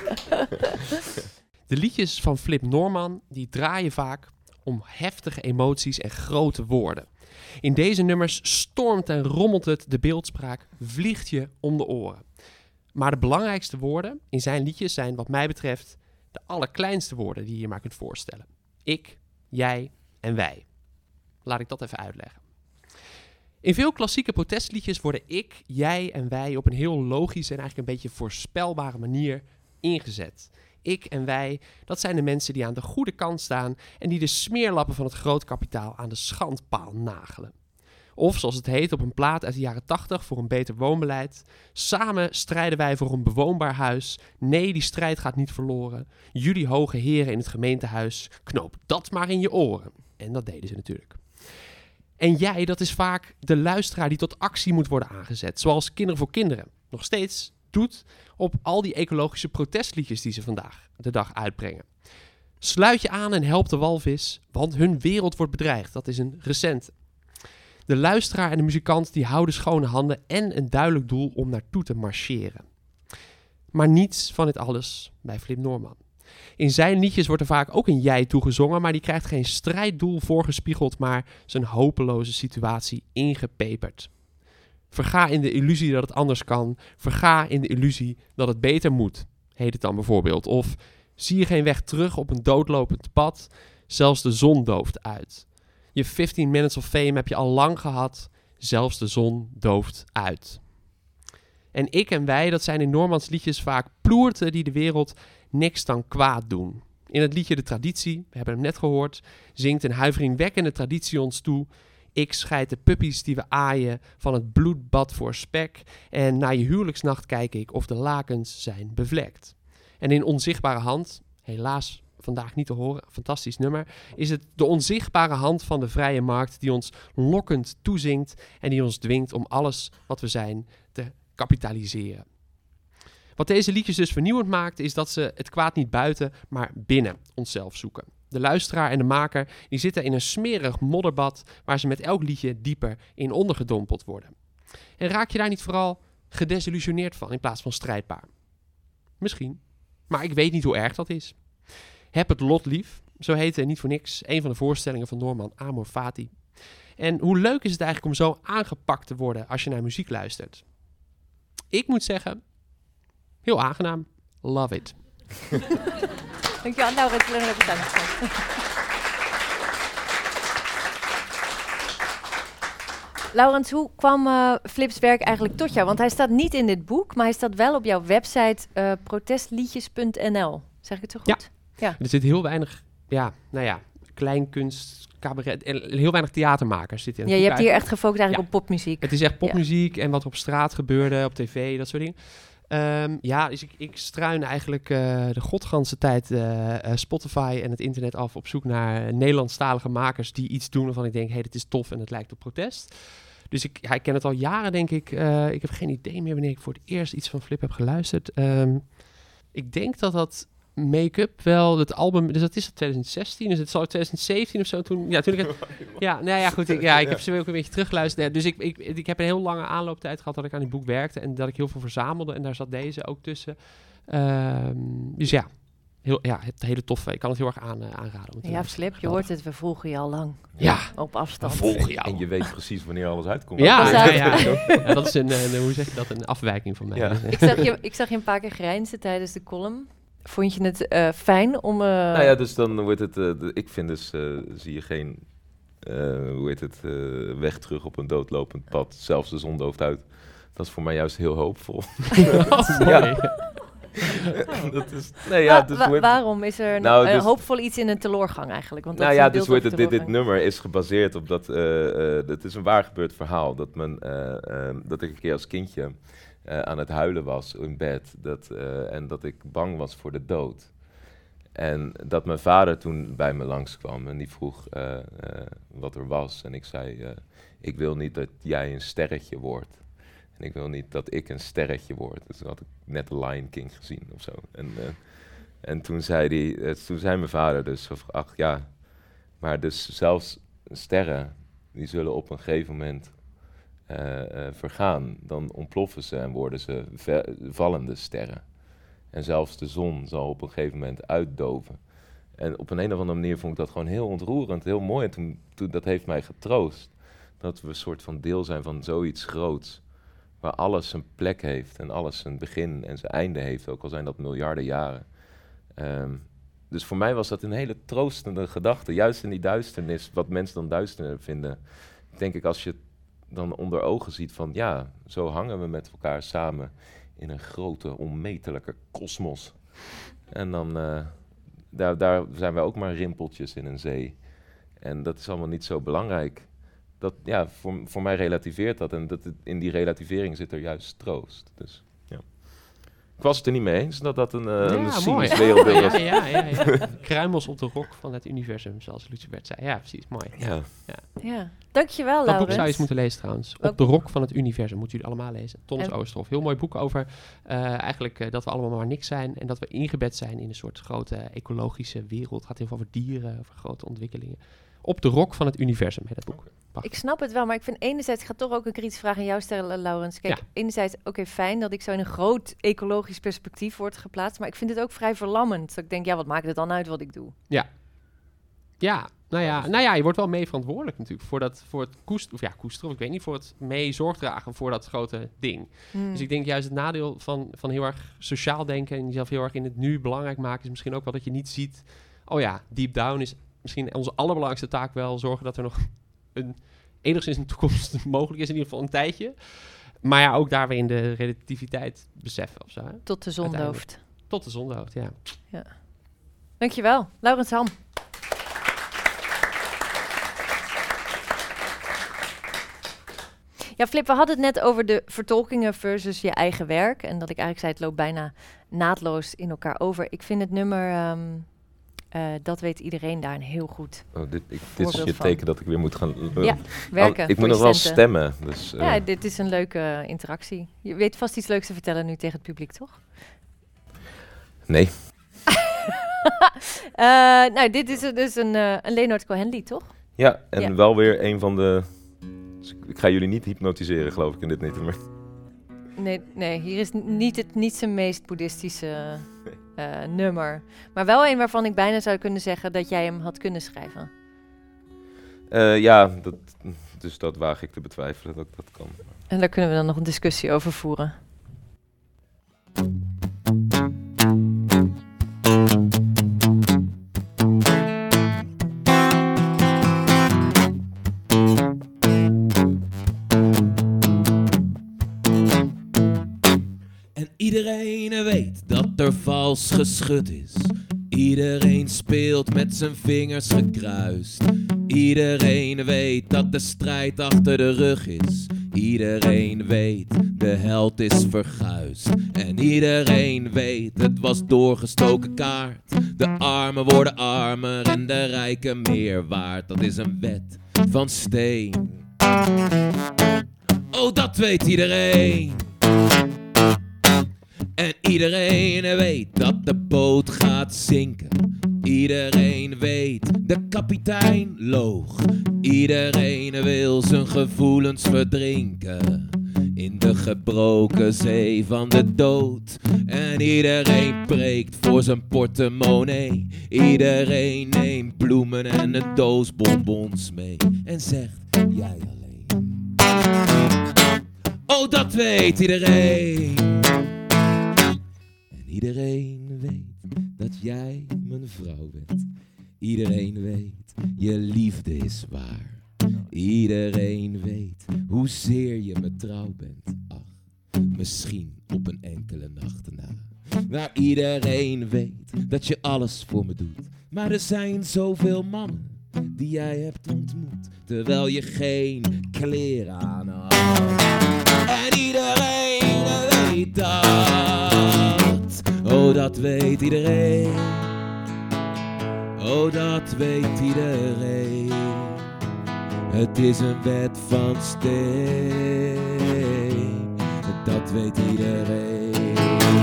De liedjes van Flip Norman die draaien vaak om heftige emoties en grote woorden. In deze nummers stormt en rommelt het, de beeldspraak vliegt je om de oren. Maar de belangrijkste woorden in zijn liedjes zijn wat mij betreft de allerkleinste woorden die je je maar kunt voorstellen. Ik, jij en wij. Laat ik dat even uitleggen. In veel klassieke protestliedjes worden ik, jij en wij op een heel logische en eigenlijk een beetje voorspelbare manier ingezet. Ik en wij, dat zijn de mensen die aan de goede kant staan en die de smeerlappen van het grootkapitaal aan de schandpaal nagelen. Of zoals het heet op een plaat uit de jaren 80 voor een beter woonbeleid. Samen strijden wij voor een bewoonbaar huis. Nee, die strijd gaat niet verloren. Jullie hoge heren in het gemeentehuis, knoop dat maar in je oren. En dat deden ze natuurlijk. En jij, dat is vaak de luisteraar die tot actie moet worden aangezet. Zoals Kinderen voor Kinderen nog steeds doet op al die ecologische protestliedjes die ze vandaag de dag uitbrengen. Sluit je aan en help de walvis, want hun wereld wordt bedreigd. Dat is een recente. De luisteraar en de muzikant die houden schone handen en een duidelijk doel om naartoe te marcheren. Maar niets van dit alles bij Flip Norman. In zijn liedjes wordt er vaak ook een jij toegezongen, maar die krijgt geen strijddoel voorgespiegeld, maar zijn hopeloze situatie ingepeperd. Verga in de illusie dat het anders kan. Verga in de illusie dat het beter moet, heet het dan bijvoorbeeld. Of zie je geen weg terug op een doodlopend pad, zelfs de zon dooft uit. Je 15 minutes of fame heb je al lang gehad, zelfs de zon dooft uit. En ik en wij, dat zijn in Normans liedjes vaak ploerten die de wereld niks dan kwaad doen. In het liedje De Traditie, we hebben hem net gehoord, zingt een huiveringwekkende traditie ons toe. Ik scheid de puppies die we aaien van het bloedbad voor spek. En na je huwelijksnacht kijk ik of de lakens zijn bevlekt. En in Onzichtbare Hand, helaas vandaag niet te horen, fantastisch nummer, is het de onzichtbare hand van de vrije markt die ons lokkend toezingt en die ons dwingt om alles wat we zijn te kapitaliseren. Wat deze liedjes dus vernieuwend maakt, is dat ze het kwaad niet buiten, maar binnen onszelf zoeken. De luisteraar en de maker die zitten in een smerig modderbad waar ze met elk liedje dieper in ondergedompeld worden. En raak je daar niet vooral gedesillusioneerd van in plaats van strijdbaar? Misschien, maar ik weet niet hoe erg dat is. Heb het lot lief, zo heette niet voor niks een van de voorstellingen van Norman Amor Fati. En hoe leuk is het eigenlijk om zo aangepakt te worden als je naar muziek luistert? Ik moet zeggen, heel aangenaam. Love it. Dankjewel. Nou, het is even staan. Laurens, hoe kwam Flip's werk eigenlijk tot jou? Want hij staat niet in dit boek, maar hij staat wel op jouw website protestliedjes.nl. Zeg ik het zo goed? Ja. Er zit heel weinig, kleinkunst, cabaret en heel weinig theatermakers zitten in het Ja, je boek hebt hier eigenlijk. echt gefocust eigenlijk op popmuziek. Het is echt popmuziek en wat er op straat gebeurde, op tv, dat soort dingen. Dus ik struin eigenlijk de godganse tijd Spotify en het internet af op zoek naar Nederlandstalige makers die iets doen waarvan ik denk, hey, dit is tof en het lijkt op protest. Dus ik ken het al jaren, denk ik. Ik heb geen idee meer wanneer ik voor het eerst iets van Flip heb geluisterd. Ik denk dat Make-up wel, het album, dus dat is 2016, dus het zal 2017 of zo toen. Ja, toen ik het. Ik heb ze ook een beetje teruggeluisterd. Dus ik heb een heel lange aanlooptijd gehad dat ik aan dit boek werkte en dat ik heel veel verzamelde en daar zat deze ook tussen. Het hele toffe. Ik kan het heel erg aanraden. Ja, Flip, je hoort het, we volgen je al lang. Ja, op afstand. volgen jou. En je weet precies wanneer alles uitkomt. Ja, dat is hoe zeg je dat, een afwijking van mij. Ja. Ik zag je een paar keer grijnzen tijdens de column. Vond je het fijn om... Dus dan wordt het... ik vind dus, zie je geen... weg terug op een doodlopend pad. Zelfs de zon dooft uit. Dat is voor mij juist heel hoopvol. Waarom is er hoopvol iets in een teleurgang eigenlijk? Want dat dit nummer is gebaseerd op dat... het is een waar gebeurd verhaal. Dat ik een keer als kindje aan het huilen was in bed. En dat ik bang was voor de dood. En dat mijn vader toen bij me langskwam en die vroeg wat er was. En ik zei, ik wil niet dat jij een sterretje wordt. En ik wil niet dat ik een sterretje word. Dus toen had ik net The Lion King gezien of zo. En toen zei mijn vader dus, maar dus zelfs sterren, die zullen op een gegeven moment vergaan. Dan ontploffen ze en worden ze vallende sterren. En zelfs de zon zal op een gegeven moment uitdoven. En op een of andere manier vond ik dat gewoon heel ontroerend, heel mooi. En toen dat heeft mij getroost. Dat we een soort van deel zijn van zoiets groots. Waar alles zijn plek heeft en alles zijn begin en zijn einde heeft. Ook al zijn dat miljarden jaren. Dus voor mij was dat een hele troostende gedachte. Juist in die duisternis, wat mensen dan duister vinden. Denk ik, als je het dan onder ogen ziet van... ja, zo hangen we met elkaar samen... in een grote, onmetelijke kosmos. En dan, daar zijn wij ook maar rimpeltjes in een zee. En dat is allemaal niet zo belangrijk. voor mij relativeert dat. En in die relativering zit er juist troost. Dus, ja. Ik was het er niet mee eens dat dat een cynisch wereldbeeld was. Ja. Kruimels op de rok van het universum, zoals Lucebert zei. Ja, precies. Mooi. Ja. Dankjewel, Dat Laurens. boek zou je eens moeten lezen trouwens. Op de rok van het universum. Moeten jullie allemaal lezen. Thomas Oosterhoff. Heel mooi boek over dat we allemaal maar niks zijn. En dat we ingebed zijn in een soort grote ecologische wereld. Het gaat heel veel over dieren, over grote ontwikkelingen. Op de rok van het universum heet dat boek. Ik snap het wel, maar ik vind enerzijds, ik ga toch ook een kritische vraag aan jou stellen, Laurens. Kijk, enerzijds, fijn dat ik zo in een groot ecologisch perspectief word geplaatst, maar ik vind het ook vrij verlammend. Dat ik denk, wat maakt het dan uit wat ik doe? Ja, nou ja, je wordt wel mee verantwoordelijk natuurlijk voor het koesteren, ik weet niet, voor het mee zorg dragen voor dat grote ding. Dus ik denk juist het nadeel van heel erg sociaal denken en jezelf heel erg in het nu belangrijk maken is misschien ook wel dat je niet ziet, deep down is misschien onze allerbelangrijkste taak wel zorgen dat er nog enigszins een toekomst mogelijk is, in ieder geval een tijdje. Maar ja, ook daar weer in de relativiteit beseffen of zo. Hè? Tot de zonhoofd. Tot de zonhoofd, ja. Dankjewel, Laurens Ham. Ja, Flip, we hadden het net over de vertolkingen versus je eigen werk. En dat ik eigenlijk zei, het loopt bijna naadloos in elkaar over. Ik vind het nummer... dat weet iedereen daar een heel goed. Dit is je teken dat ik weer moet gaan werken. Ik moet nog wel stemmen. Dus, dit is een leuke interactie. Je weet vast iets leuks te vertellen nu tegen het publiek, toch? Nee. Dit is dus een Leonard Cohen lied, toch? Ja, en wel weer een van de... Dus ik ga jullie niet hypnotiseren, geloof ik, in dit nummer. Nee, hier is niet zijn meest boeddhistische... nummer. Maar wel een waarvan ik bijna zou kunnen zeggen dat jij hem had kunnen schrijven. Dus dat waag ik te betwijfelen dat dat kan. En daar kunnen we dan nog een discussie over voeren. Iedereen weet dat er vals geschud is. Iedereen speelt met zijn vingers gekruist. Iedereen weet dat de strijd achter de rug is. Iedereen weet, de held is verguisd. En iedereen weet, het was doorgestoken kaart. De armen worden armer en de rijken meer waard. Dat is een wet van steen. Oh, dat weet iedereen. En iedereen weet dat de boot gaat zinken. Iedereen weet, de kapitein loog. Iedereen wil zijn gevoelens verdrinken in de gebroken zee van de dood. En iedereen preekt voor zijn portemonnee. Iedereen neemt bloemen en een doos bonbons mee. En zegt, jij alleen. Oh, dat weet iedereen. Iedereen weet dat jij mijn vrouw bent. Iedereen weet, je liefde is waar. Iedereen weet, hoezeer je me trouw bent. Ach, misschien op een enkele nacht na. Maar iedereen weet dat je alles voor me doet. Maar er zijn zoveel mannen die jij hebt ontmoet, terwijl je geen kleren aan had. En iedereen weet dat. Oh, dat weet iedereen. Oh, dat weet iedereen. Het is een wet van steen. Dat weet iedereen.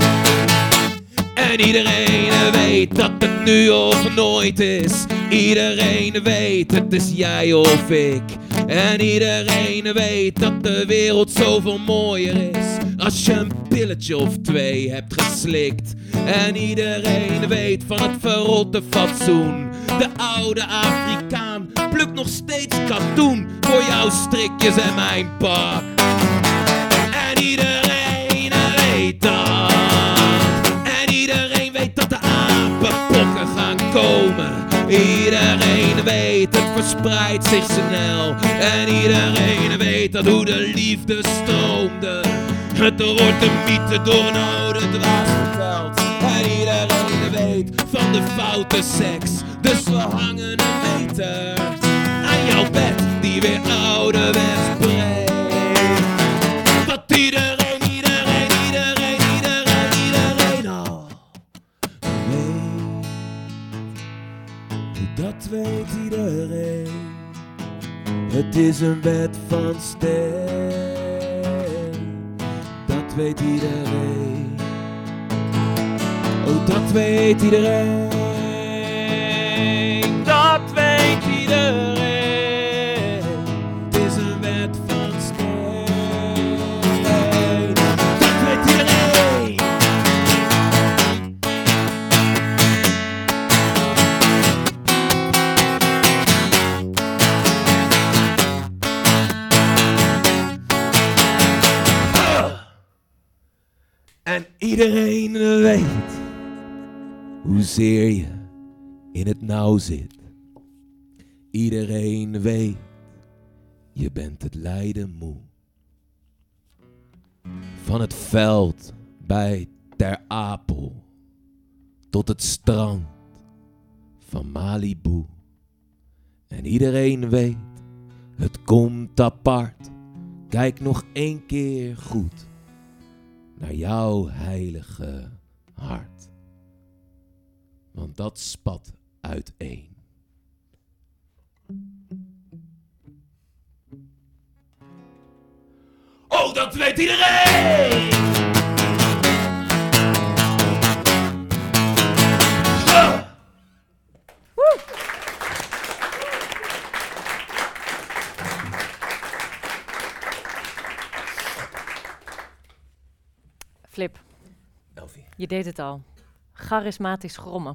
En iedereen weet dat het nu of nooit is. Iedereen weet het is jij of ik. En iedereen weet dat de wereld zoveel mooier is als je een pilletje of 2 hebt geslikt. En iedereen weet van het verrotte fatsoen. De oude Afrikaan plukt nog steeds katoen voor jouw strikjes en mijn pak. En iedereen weet dat. En iedereen weet dat de apenpokken gaan komen. Iedereen weet, het verspreidt zich snel. En iedereen weet dat hoe de liefde stroomde. Het wordt een mythe door een oude dwaas verteld. En iedereen weet van de foute seks. Dus we hangen een meter aan jouw bed die die weer ouderwets breekt. Dat iedereen al weet. Dat weet iedereen. Het is een wet van steen. Dat weet iedereen. Oh, dat weet iedereen. Dat weet iedereen. Het is een wet van steen. Dat weet iedereen. En iedereen weet hoezeer je in het nauw zit. Iedereen weet, je bent het lijden moe. Van het veld bij Ter Apel tot het strand van Malibu. En iedereen weet, het komt apart. Kijk nog 1 keer goed naar jouw heilige hart. Want dat spat uiteen. Oh, dat weet iedereen! Flip, Elfie. je deed het al. Charismatisch grommen.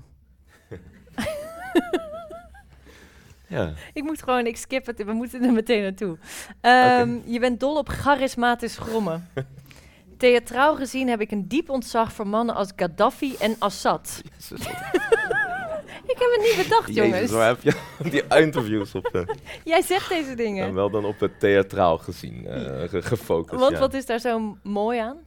Ja. Ik skip het, we moeten er meteen naartoe. Je bent dol op charismatisch grommen. Theatraal gezien heb ik een diep ontzag voor mannen als Gaddafi en Assad. Jezus, Ik heb het niet bedacht, jongens. Jezus, waar heb je die interviews op? Jij zegt deze dingen. En wel dan op het theatraal gezien, gefocust. Want ja. wat is daar zo mooi aan?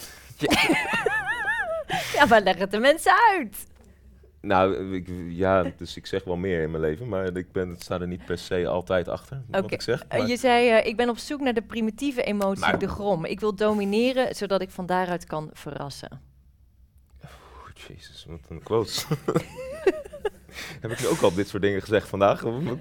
Ja, maar leg het de mensen uit. Nou, dus ik zeg wel meer in mijn leven, maar ik sta er niet per se altijd achter, wat ik zeg. Maar Je zei, ik ben op zoek naar de primitieve emotie, Maar- de grom. Ik wil domineren, zodat ik van daaruit kan verrassen. Jezus, wat een quotes. Heb ik nu ook al dit soort dingen gezegd vandaag?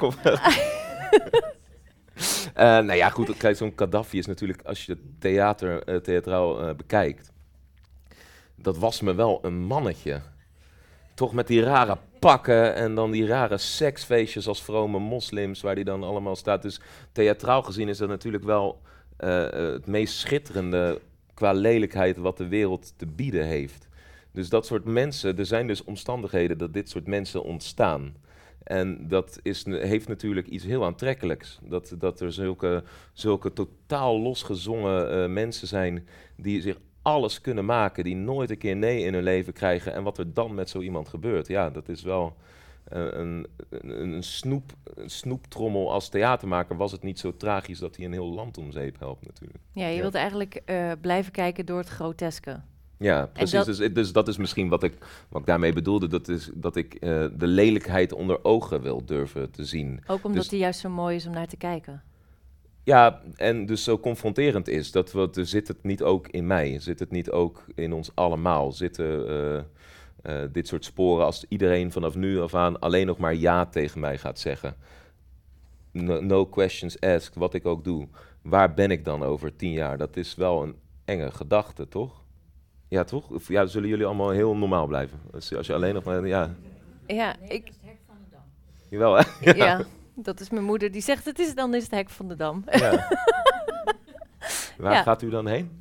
Nou ja, goed, kijk, zo'n Gaddafi is natuurlijk, als je het theatraal bekijkt, dat was me wel een mannetje. Toch met die rare pakken en dan die rare seksfeestjes als vrome moslims, waar die dan allemaal staat. Dus theatraal gezien is dat natuurlijk wel het meest schitterende qua lelijkheid wat de wereld te bieden heeft. Dus dat soort mensen, er zijn dus omstandigheden dat dit soort mensen ontstaan. En dat heeft natuurlijk iets heel aantrekkelijks. Dat er zulke totaal losgezongen mensen zijn die zich alles kunnen maken, die nooit een keer nee in hun leven krijgen. En wat er dan met zo iemand gebeurt, ja, dat is wel een snoeptrommel. Als theatermaker was het niet zo tragisch dat hij een heel land om zeep helpt natuurlijk. Ja, je Ja. wilt eigenlijk blijven kijken door het groteske. Ja, precies. dat- Dus dat is misschien wat ik daarmee bedoelde. Dat ik de lelijkheid onder ogen wil durven te zien. Ook omdat Dus- die juist zo mooi is om naar te kijken. Ja, en dus zo confronterend is. Zit het niet ook in mij? Zit het niet ook in ons allemaal? Zitten dit soort sporen als iedereen vanaf nu af aan alleen nog maar ja tegen mij gaat zeggen? No questions asked, wat ik ook doe. Waar ben ik dan over 10 jaar? Dat is wel een enge gedachte, toch? Ja, toch? Of ja, zullen jullie allemaal heel normaal blijven? Als je alleen nog maar, ja. Ja, ik... Jawel, hè? Ja, dat is mijn moeder. Die zegt, dan is het hek van de Dam. Ja. Waar Ja. gaat u dan heen?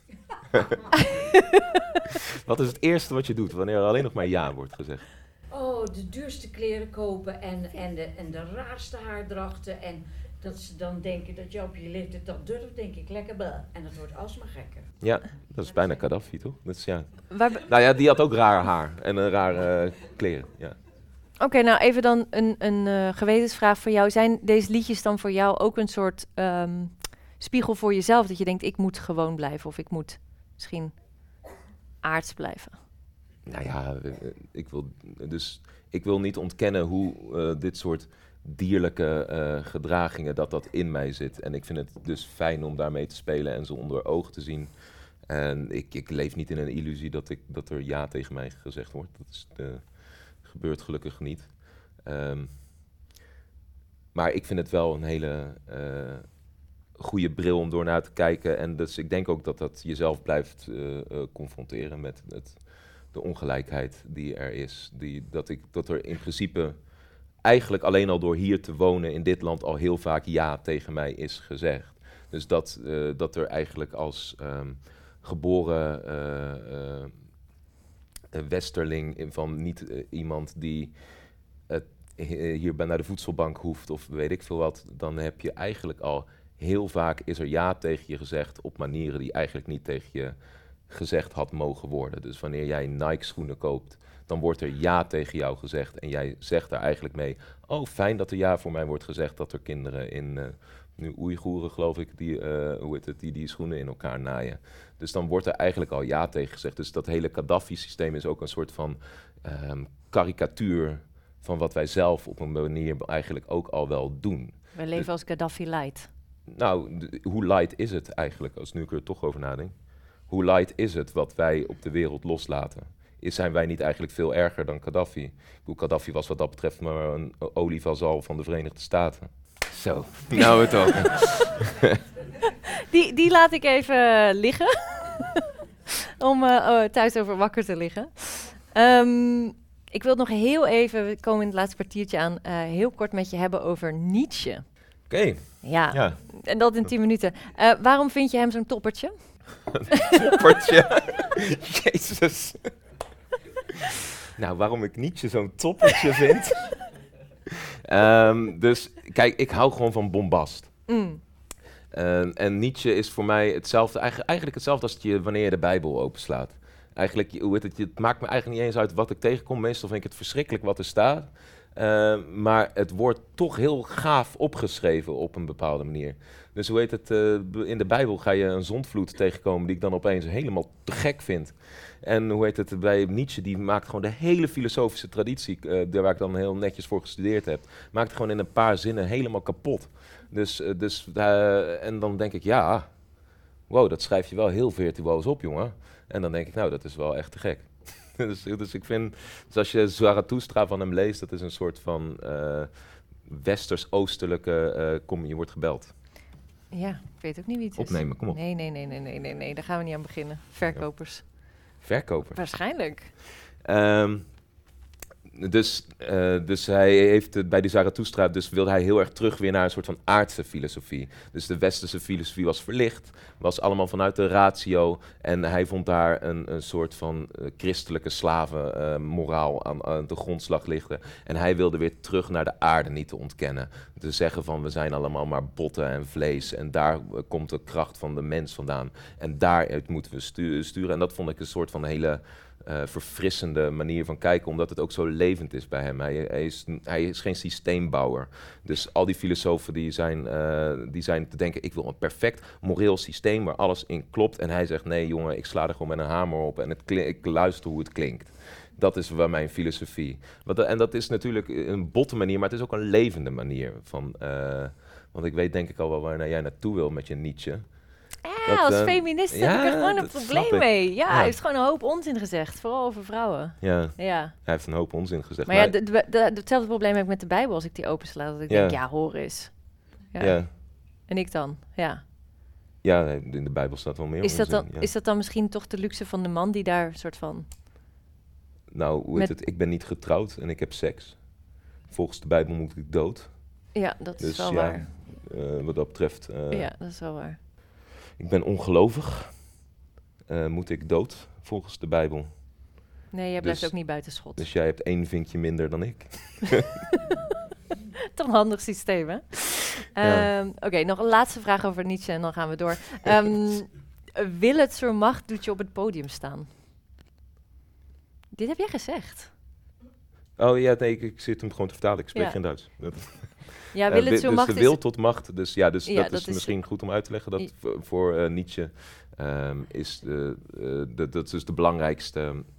Wat is het eerste wat je doet wanneer er alleen nog maar ja wordt gezegd? Oh, de duurste kleren kopen en de raarste haardrachten. En dat ze dan denken dat je op je leeftijd dat durft, denk ik lekker. Blah. En dat wordt alsmaar gekker. Ja, dat is bijna Gaddafi, toch? Dat is, ja. Waar- Nou ja, die had ook raar haar en een rare kleren. Ja. Oké, nou even dan een gewetensvraag voor jou. Zijn deze liedjes dan voor jou ook een soort spiegel voor jezelf? Dat je denkt, ik moet gewoon blijven of ik moet misschien aards blijven? Nou ja, ik wil niet ontkennen hoe dit soort dierlijke gedragingen, dat in mij zit. En ik vind het dus fijn om daarmee te spelen en ze onder ogen te zien. En ik leef niet in een illusie dat er ja tegen mij gezegd wordt. Gebeurt gelukkig niet. Maar ik vind het wel een hele goede bril om door naar te kijken. En dus ik denk ook dat jezelf blijft confronteren met de ongelijkheid die er is. Dat er in principe eigenlijk alleen al door hier te wonen in dit land al heel vaak ja tegen mij is gezegd. Dus dat er eigenlijk als geboren westerling van niet iemand die hier naar de voedselbank hoeft of weet ik veel wat, dan heb je eigenlijk al heel vaak is er ja tegen je gezegd op manieren die eigenlijk niet tegen je gezegd had mogen worden. Dus wanneer jij Nike schoenen koopt, dan wordt er ja tegen jou gezegd en jij zegt daar eigenlijk mee, oh fijn dat er ja voor mij wordt gezegd dat er kinderen in nu Oeigoeren geloof ik, die schoenen in elkaar naaien. Dus dan wordt er eigenlijk al ja tegen gezegd. Dus dat hele Gaddafi-systeem is ook een soort van karikatuur van wat wij zelf op een manier eigenlijk ook al wel doen. Wij leven Dus- als Gaddafi light. Nou, hoe light is het eigenlijk, als nu ik er toch over nadenk? Hoe light is het wat wij op de wereld loslaten? Zijn wij niet eigenlijk veel erger dan Gaddafi? Ik bedoel, Gaddafi was wat dat betreft maar een olievazal van de Verenigde Staten. Zo, nou het ook. Die laat ik even liggen. Om thuis over wakker te liggen. Ik wil het nog heel even, we komen in het laatste kwartiertje aan, heel kort met je hebben over Nietzsche. Oké, Ja, ja. en dat in 10 minuten. Waarom vind je hem zo'n toppertje? Toppertje. Jezus. Nou, waarom ik Nietzsche zo'n toppertje vind? Dus, kijk, ik hou gewoon van bombast. Mm. En Nietzsche is voor mij hetzelfde, eigenlijk hetzelfde als wanneer je de Bijbel openslaat. Eigenlijk, het maakt me eigenlijk niet eens uit wat ik tegenkom. Meestal vind ik het verschrikkelijk wat er staat. Maar het wordt toch heel gaaf opgeschreven op een bepaalde manier. Dus in de Bijbel ga je een zondvloed tegenkomen die ik dan opeens helemaal te gek vind. En bij Nietzsche, die maakt gewoon de hele filosofische traditie, daar waar ik dan heel netjes voor gestudeerd heb, maakt gewoon in een paar zinnen helemaal kapot. En dan denk ik, ja, wow, dat schrijf je wel heel virtuoos op, jongen. En dan denk ik, nou, dat is wel echt te gek. Dus ik vind, als je Zarathustra van hem leest, dat is een soort van westers-oostelijke, je wordt gebeld. Ja, ik weet ook niet wie het is. Opnemen, kom op. Nee, daar gaan we niet aan beginnen. Verkopers. Verkoper. Waarschijnlijk. Dus hij heeft bij die Zarathustra, dus wilde hij heel erg terug weer naar een soort van aardse filosofie. Dus de westerse filosofie was verlicht, was allemaal vanuit de ratio. En hij vond daar een soort van christelijke slavenmoraal aan de grondslag liggen. En hij wilde weer terug naar de aarde, niet te ontkennen. Te zeggen van we zijn allemaal maar botten en vlees. En daar komt de kracht van de mens vandaan. En daaruit moeten we sturen. En dat vond ik een soort van hele verfrissende manier van kijken, omdat het ook zo levend is bij hem. Hij is geen systeembouwer. Dus al die filosofen die zijn te denken, ik wil een perfect moreel systeem waar alles in klopt. En hij zegt, nee jongen, ik sla er gewoon met een hamer op en ik luister hoe het klinkt. Dat is wel mijn filosofie. En dat is natuurlijk een botte manier, maar het is ook een levende manier. Want ik weet denk ik al wel waar jij naartoe wil met je Nietzsche. Ja, als feminist heb ik er gewoon een dat snap probleem ik. mee. Ja, Ja. hij heeft gewoon een hoop onzin gezegd. Vooral over vrouwen. Ja, Ja. hij heeft een hoop onzin gezegd. Maar ja, hetzelfde probleem heb ik met de Bijbel als ik die opensla. Dat ik Ja. denk, ja, hoor eens. Ja. ja. En ik dan? Ja. Ja, in de Bijbel staat wel meer onzin. Ja. Is dat dan misschien toch de luxe van de man die daar een soort van... Nou, hoe heet het? Ik ben niet getrouwd en ik heb seks. Volgens de Bijbel moet ik dood. Ja, dat is Dus wel ja, waar. wat dat betreft, Ja, dat is wel waar. ik ben ongelovig. Moet ik dood volgens de Bijbel. Nee, jij blijft Dus- ook niet buiten schot. Dus jij hebt 1 vinkje minder dan ik. Toch een handig systeem, hè? Ja. Oké, nog een laatste vraag over Nietzsche en dan gaan we door. Wil het zo'n macht doet je op het podium staan? Dit heb jij gezegd. Oh ja, nee, ik zit hem gewoon te vertalen. Ik spreek Ja. geen Duits. Ja, wil het zo'n dus macht de is... wil tot macht. Dus ja, dus Ja, dat dat is is- misschien goed om uit te leggen. Dat voor Nietzsche is dat is dus de belangrijkste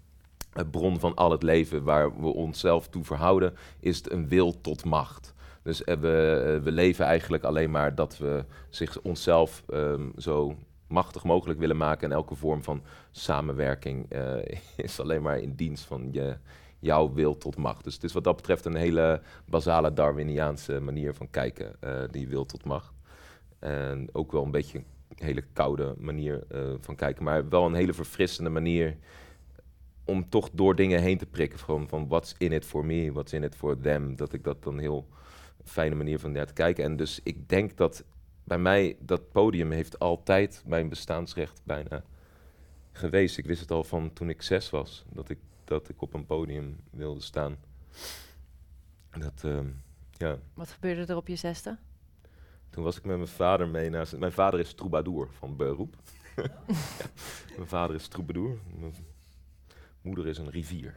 bron van al het leven waar we onszelf toe verhouden, is het een wil tot macht. Dus we leven eigenlijk alleen maar dat we onszelf zo machtig mogelijk willen maken. En elke vorm van samenwerking is alleen maar in dienst van jouw wil tot macht. Dus het is wat dat betreft een hele basale Darwiniaanse manier van kijken, die wil tot macht. En ook wel een beetje een hele koude manier van kijken, maar wel een hele verfrissende manier om toch door dingen heen te prikken. Van what's in it for me, what's in it for them. Dat ik dat dan heel fijne manier van te kijken. En dus ik denk dat bij mij dat podium heeft altijd mijn bestaansrecht bijna geweest. Ik wist het al van toen ik 6 was, dat ik op een podium wilde staan. Ja. Wat gebeurde er op je 6e? Toen was ik met mijn vader mee naar... Mijn vader is troubadour van beroep. Ja. Mijn vader is troubadour. Mijn moeder is een rivier.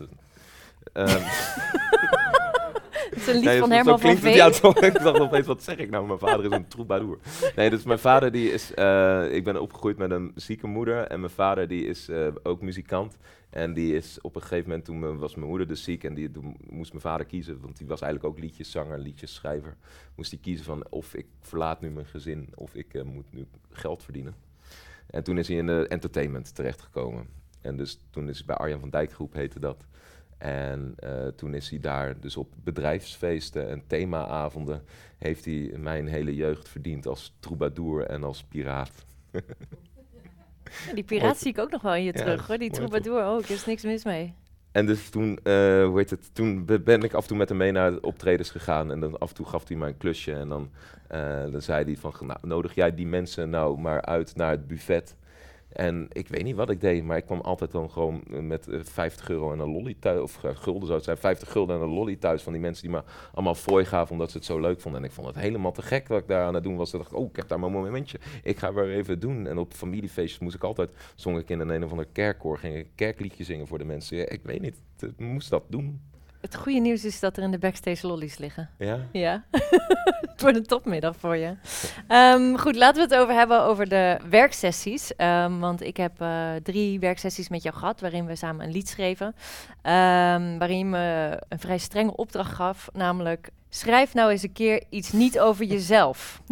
Het is een lied van Herman van Veen. Ja, ik dacht opeens, wat zeg ik nou? Mijn vader is een troubadour. Nee, dus mijn vader die is... ik ben opgegroeid met een zieke moeder. En mijn vader die is ook muzikant. En die is op een gegeven moment, toen was mijn moeder dus ziek. En toen moest mijn vader kiezen, want die was eigenlijk ook liedjeszanger, liedjesschrijver. Moest hij kiezen van of ik verlaat nu mijn gezin of ik moet nu geld verdienen. En toen is hij in de entertainment terechtgekomen. En dus toen is hij bij Arjan van Dijk Groep, heette dat. En toen is hij daar dus op bedrijfsfeesten en themaavonden heeft hij mijn hele jeugd verdiend als troubadour en als piraat. Ja, die piraat zie ik ook nog wel in je terug, hoor. Die troubadour ook, er is niks mis mee. En dus toen, toen ben ik af en toe met hem mee naar de optredens gegaan. En dan af en toe gaf hij mij een klusje. En dan zei hij van, nou, nodig jij die mensen nou maar uit naar het buffet. En ik weet niet wat ik deed, maar ik kwam altijd dan gewoon met €50 en een lolly thuis. Of gulden zou het zijn, €50 en een lolly thuis van die mensen die me allemaal fooi gaven omdat ze het zo leuk vonden. En ik vond het helemaal te gek wat ik daar aan het doen was. Toen dacht ik, ik heb daar mijn momentje. Ik ga weer even doen. En op familiefeestjes moest ik altijd, zong ik in een of ander kerkkoor, ging ik kerkliedjes zingen voor de mensen. Ja, ik weet niet, ik moest dat doen. Het goede nieuws is dat er in de backstage lollies liggen. Ja? Ja. Het wordt een topmiddag voor je. Goed, laten we het hebben over de werksessies. Want ik heb 3 werksessies met jou gehad, waarin we samen een lied schreven. Waarin je me een vrij strenge opdracht gaf, namelijk schrijf nou eens een keer iets niet over jezelf.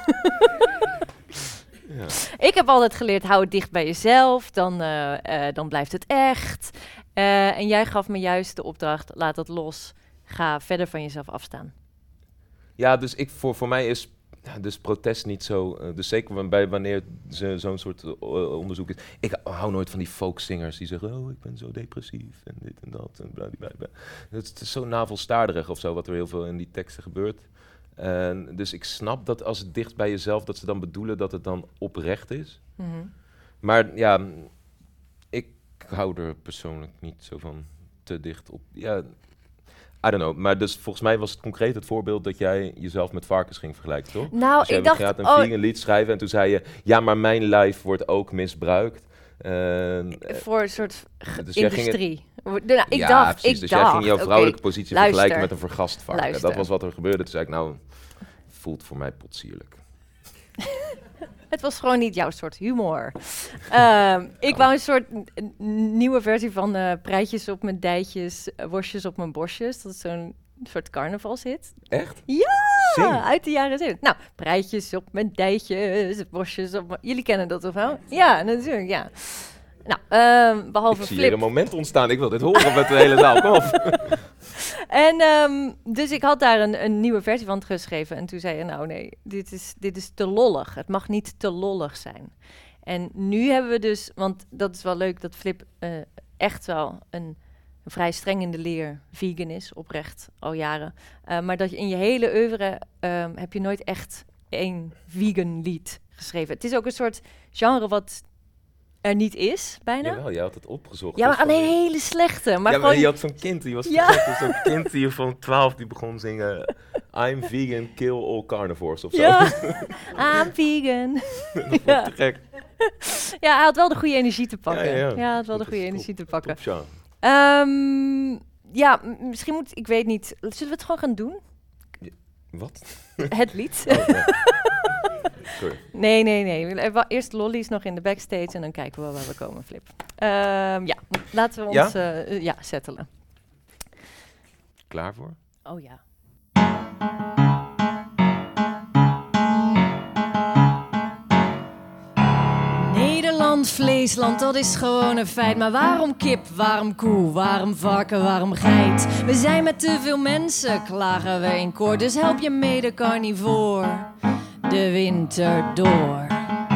Ja. Ik heb altijd geleerd, hou het dicht bij jezelf, dan blijft het echt. En jij gaf me juist de opdracht, laat dat los, ga verder van jezelf afstaan. Ja, dus voor mij is dus protest niet zo... dus zeker wanneer zo'n soort onderzoek is... Ik hou nooit van die folkzingers die zeggen... ik ben zo depressief en dit en dat en blablabla. Het is zo navelstaarderig of zo, wat er heel veel in die teksten gebeurt. Dus ik snap dat als het dicht bij jezelf... dat ze dan bedoelen dat het dan oprecht is. Mm-hmm. Maar ja, ik hou er persoonlijk niet zo van te dicht op... Ja, I don't know, maar dus volgens mij was het concreet het voorbeeld dat jij jezelf met varkens ging vergelijken, toch? Nou, dus ik dacht... Je gaat een vegan lied schrijven en toen zei je... Ja, maar mijn lijf wordt ook misbruikt. Voor een soort dus industrie. Dus jij ging jouw vrouwelijke positie vergelijken met een vergast varken. Luister. Dat was wat er gebeurde. Toen zei ik, nou, voelt voor mij potsierlijk. Het was gewoon niet jouw soort humor. Ik wou een soort nieuwe versie van prijtjes op mijn dijtjes, worstjes op mijn borstjes. Dat is zo'n soort carnavalshit. Echt? Ja, Zing. uit de jaren 70. Nou, prijtjes op mijn dijtjes, worstjes op mijn... Jullie kennen dat of wel? Ja, natuurlijk, ja. Nou, behalve ik zie Flip. hier een moment ontstaan. Ik wil dit horen met de hele zaal. Kom op. En dus ik had daar een nieuwe versie van geschreven. En toen zei je, nou nee, dit is te lollig. Het mag niet te lollig zijn. En nu hebben we dus, want dat is wel leuk dat Flip echt wel een vrij streng in de leer vegan is, oprecht, al jaren. Maar dat je in je hele oeuvre heb je nooit echt 1 vegan lied geschreven. Het is ook een soort genre wat er niet is, bijna. Jawel, jij had het opgezocht. Ja, maar dus aan een hele slechte. Maar ja, gewoon... maar je had zo'n kind, die was zo'n kind die van 12 die begon zingen I'm vegan, kill all carnivores of zo. Ja, I'm vegan. Dat te gek. Ja, hij had wel de goede energie te pakken. Ja. Ja, hij had wel de Dat goede is energie te pakken. Top genre. Ja, misschien moet, ik weet niet. Zullen we het gewoon gaan doen? Wat? Het lied. Oh, ja. Sorry. Nee. Eerst lollies nog in de backstage en dan kijken we wel waar we komen, Flip. Laten we ons settelen. Klaar voor? Oh ja. Nederland, vleesland, dat is gewoon een feit. Maar waarom kip, waarom koe, waarom varken, waarom geit? We zijn met te veel mensen, klagen we in koor. Dus help je mede carnivoor de winter door.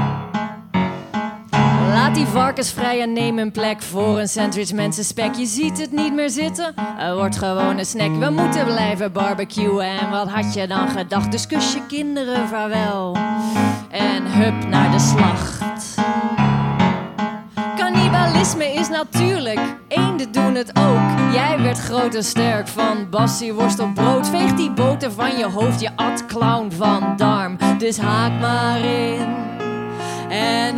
Laat die varkens vrij en neem een plek voor een sandwich mensenspek. Je ziet het niet meer zitten, er wordt gewoon een snack. We moeten blijven barbecuen en wat had je dan gedacht? Dus kus je kinderen vaarwel en hup naar de slacht. Cannibalisme is natuurlijk, eenden doen het ook. Jij werd groot en sterk van Bassie worst op brood. Veeg die boter van je hoofd, je at clown van darm. Dus haak maar in en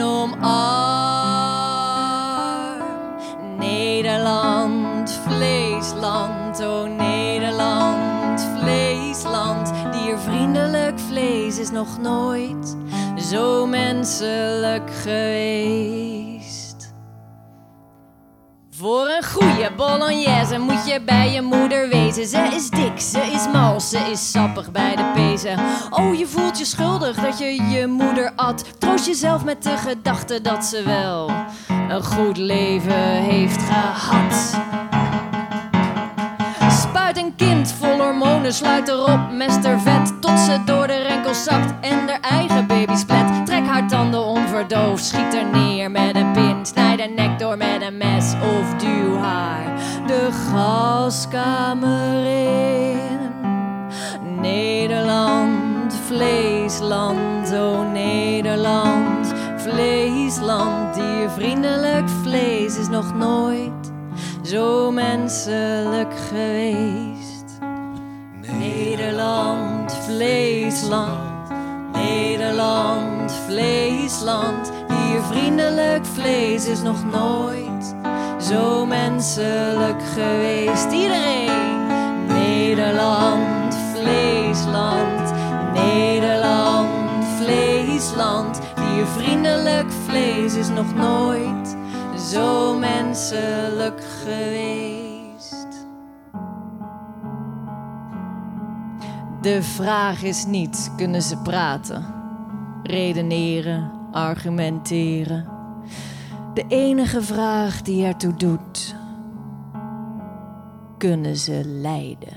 omarm. Nederland, vleesland, oh Nederland, vleesland. Diervriendelijk vlees is nog nooit zo menselijk geweest. Voor een goeie bolognese moet je bij je moeder wezen. Ze is dik, ze is mals, ze is sappig bij de pezen. Oh, je voelt je schuldig dat je je moeder at. Troost jezelf met de gedachte dat ze wel een goed leven heeft gehad. Spuit een kind vol hormonen, sluit erop mestervet tot ze door de renkels zakt en haar eigen baby splet. Trek haar tanden onverdoofd, schiet er neer met een pin. Snijd haar nek door met een mes of duw haar de gaskamer in. Nederland, vleesland, oh Nederland, vleesland. Diervriendelijk vlees is nog nooit zo menselijk geweest. Nederland, vleesland, Nederland, vleesland. Diervriendelijk vlees is nog nooit zo menselijk geweest. Iedereen! Nederland, vleesland, Nederland, vleesland. Diervriendelijk vlees is nog nooit zo menselijk geweest. De vraag is niet, kunnen ze praten, redeneren, argumenteren? De enige vraag die ertoe doet, kunnen ze lijden?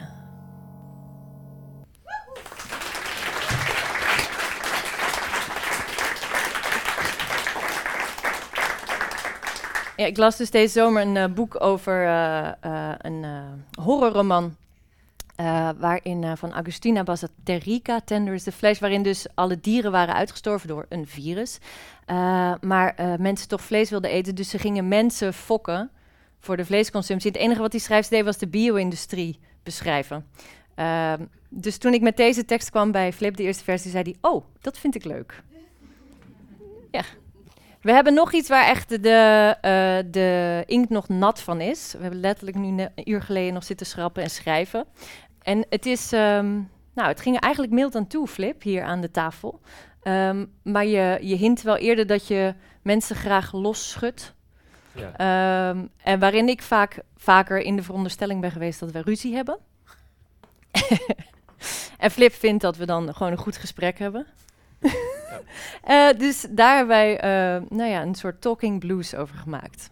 Ja, ik las dus deze zomer een boek over een horrorroman. Waarin van Agustina Basaterica, Tender is the Flesh, waarin dus alle dieren waren uitgestorven door een virus. Maar mensen toch vlees wilden eten, dus ze gingen mensen fokken voor de vleesconsumptie. Het enige wat die schrijfster deed was de bio-industrie beschrijven. Dus toen ik met deze tekst kwam bij Flip, de eerste versie, zei hij, oh, dat vind ik leuk. Ja. We hebben nog iets waar echt de inkt nog nat van is. We hebben letterlijk nu een uur geleden nog zitten schrappen en schrijven. En het is, het ging er eigenlijk mild aan toe, Flip, hier aan de tafel. Maar je hint wel eerder dat je mensen graag losschudt. Ja. En waarin ik vaker in de veronderstelling ben geweest dat we ruzie hebben. En Flip vindt dat we dan gewoon een goed gesprek hebben. Ja. Dus daar hebben wij een soort talking blues over gemaakt.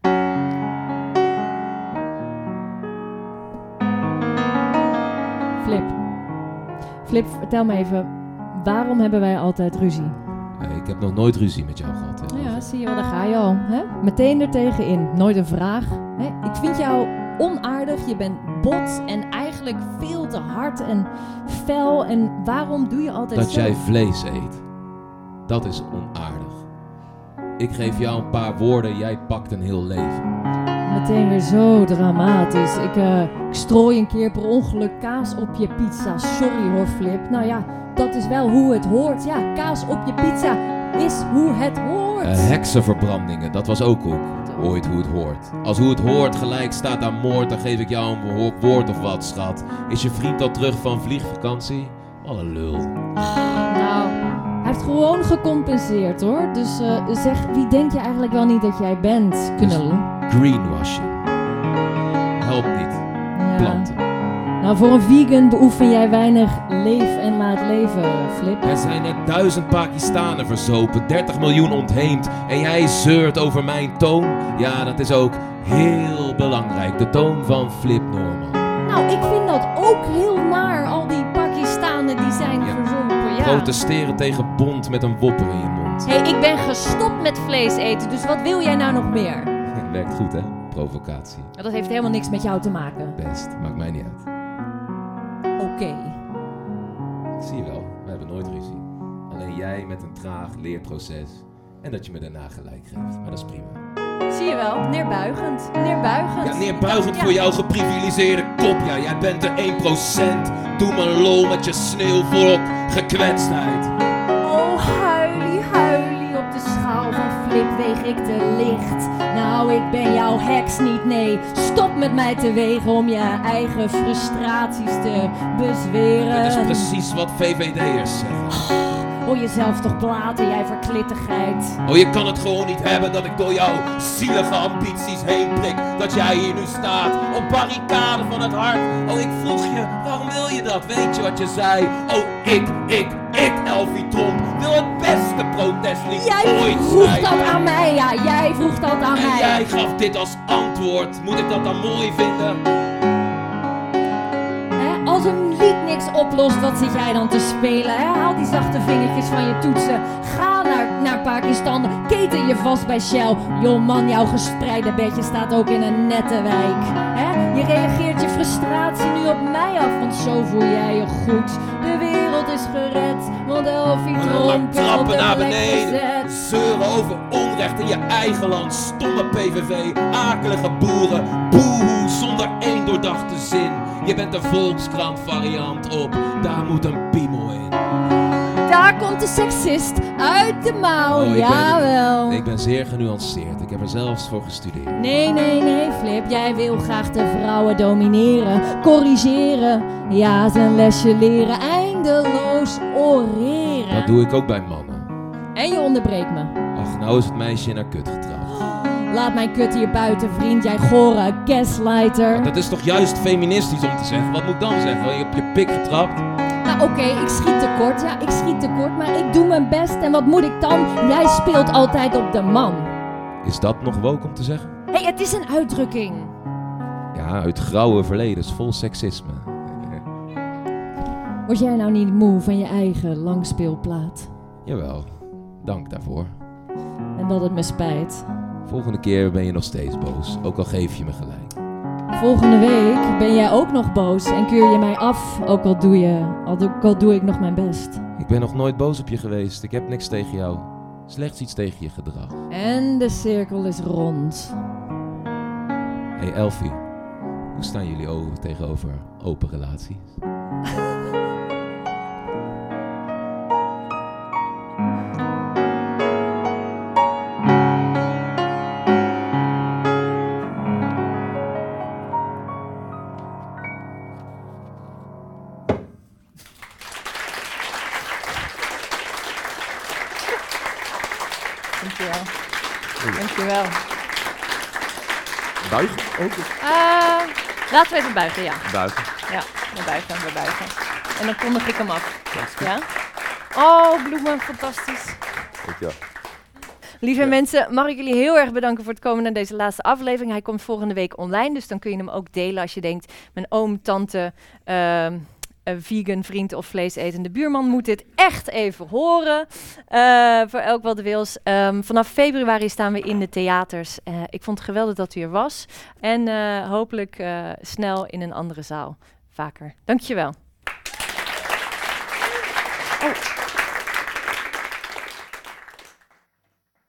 Flip, vertel me even, waarom hebben wij altijd ruzie? Ik heb nog nooit ruzie met jou gehad. Hè? Ja, zie je wel, daar ga je al. Hè? Meteen er tegenin, nooit een vraag. Hè? Ik vind jou onaardig, je bent bot en eigenlijk veel te hard en fel. En waarom doe je altijd dat zo? Jij vlees eet, dat is onaardig. Ik geef jou een paar woorden, jij pakt een heel leven. Meteen weer zo dramatisch. Ik strooi een keer per ongeluk kaas op je pizza. Sorry hoor, Flip. Nou ja, dat is wel hoe het hoort. Ja, kaas op je pizza is hoe het hoort. Heksenverbrandingen, dat was ook ooit hoe het hoort. Als hoe het hoort gelijk staat aan moord, dan geef ik jou een woord of wat, schat. Is je vriend al terug van vliegvakantie? Wat een lul. Nou, Hij heeft gewoon gecompenseerd, hoor. Dus zeg, wie denk je eigenlijk wel niet dat jij bent, knul? Greenwashing. Helpt niet. Ja. Planten. Nou, voor een vegan beoefen jij weinig leef en laat leven, Flip. Er zijn net 1000 Pakistanen verzopen, 30 miljoen ontheemd. En jij zeurt over mijn toon? Ja, dat is ook heel belangrijk. De toon van Flip Norman. Nou, ik vind dat ook heel naar, al die Pakistanen die zijn verzopen, ja. Protesteren tegen bond met een wopper in je mond. Hé, ik ben gestopt met vlees eten, dus wat wil jij nou nog meer? Werkt goed, hè? Provocatie. Ja, dat heeft helemaal niks met jou te maken. Best, maakt mij niet uit. Oké. Zie je wel, we hebben nooit ruzie. Alleen jij met een traag leerproces. En dat je me daarna gelijk geeft. Maar dat is prima. Zie je wel, neerbuigend. Neerbuigend. Ja, neerbuigend Ja. voor jouw geprivilegeerde kop. Ja, jij bent de 1%. Doe me lol met je sneeuwvolk gekwetstheid. Oh, huilie, op de schaal van Flip weeg ik te licht. Nou, ik ben jouw heks niet, nee. Stop met mij te wegen om je eigen frustraties te bezweren. Dat is precies wat VVD'ers zeggen. Hoor jezelf toch praten, jij verklittigheid. Oh, je kan het gewoon niet hebben dat ik door jouw zielige ambities heen prik. Dat jij hier nu staat, op barricade van het hart. Oh, ik vroeg je, waarom wil je dat? Weet je wat je zei? Oh, ik, Elfie Tromp, wil het beste protestlied Jij ooit vroeg schrijven. dat aan mij, ja, jij vroeg dat aan En mij. jij gaf dit als antwoord. Moet ik dat dan mooi vinden? Hè, als een lied niks oplost, wat zit jij dan te spelen? Hè? Haal die zachte vingertjes van je toetsen. Ga naar Pakistan, keten je vast bij Shell. Joh man, jouw gespreide bedje staat ook in een nette wijk. Hè? Je reageert je frustratie nu op mij af, want zo voel jij je goed. De wereld is gered, want Elfie Tromp is op Trappen de naar plek beneden. gezet. Zeuren over onrecht in je eigen land. Stomme PVV, akelige boeren. Boehoe, zonder één doordachte zin. Je bent de Volkskrant variant op. Daar moet een piemel in. Daar komt de seksist uit de mouw, jawel. Ik ben zeer genuanceerd. Ik heb er zelfs voor gestudeerd. Nee, Flip. Jij wil graag de vrouwen domineren, corrigeren. Ja, zijn lesje leren, eindeloos oreren. Dat doe ik ook bij mannen. En je onderbreekt me. Ach, nou is het meisje naar kut getrapt. Laat mijn kut hier buiten, vriend. Jij gore gaslighter. Dat is toch juist feministisch om te zeggen? Wat moet ik dan zeggen? Je hebt je pik getrapt? Nou oké, ik schiet tekort. Ja, ik schiet tekort, maar ik doe mijn best. En wat moet ik dan? Jij speelt altijd op de man. Is dat nog woke om te zeggen? Hé, het is een uitdrukking. Ja, uit grauwe verledens vol seksisme. Word jij nou niet moe van je eigen langspeelplaat? Jawel, dank daarvoor. En dat het me spijt. Volgende keer ben je nog steeds boos, ook al geef je me gelijk. Volgende week ben jij ook nog boos en keur je mij af, ook al doe ik nog mijn best. Ik ben nog nooit boos op je geweest, ik heb niks tegen jou. Slechts iets tegen je gedrag. En de cirkel is rond. Hey Elfie, hoe staan jullie tegenover open relaties? Dankjewel. Buigen ook? Laten we even buigen, ja. Buigen. Ja, we buigen. En dan kondig ik hem af. Ja? Oh, bloemen, fantastisch. Dankjewel. Lieve mensen, mag ik jullie heel erg bedanken voor het komen naar deze laatste aflevering. Hij komt volgende week online, dus dan kun je hem ook delen als je denkt... mijn oom, tante, een vegan vriend of vleesetende buurman moet dit echt even horen. Voor elk wat wils. Vanaf februari staan we in de theaters. Ik vond het geweldig dat u er was. En hopelijk snel in een andere zaal. Vaker. Dankjewel. Oh.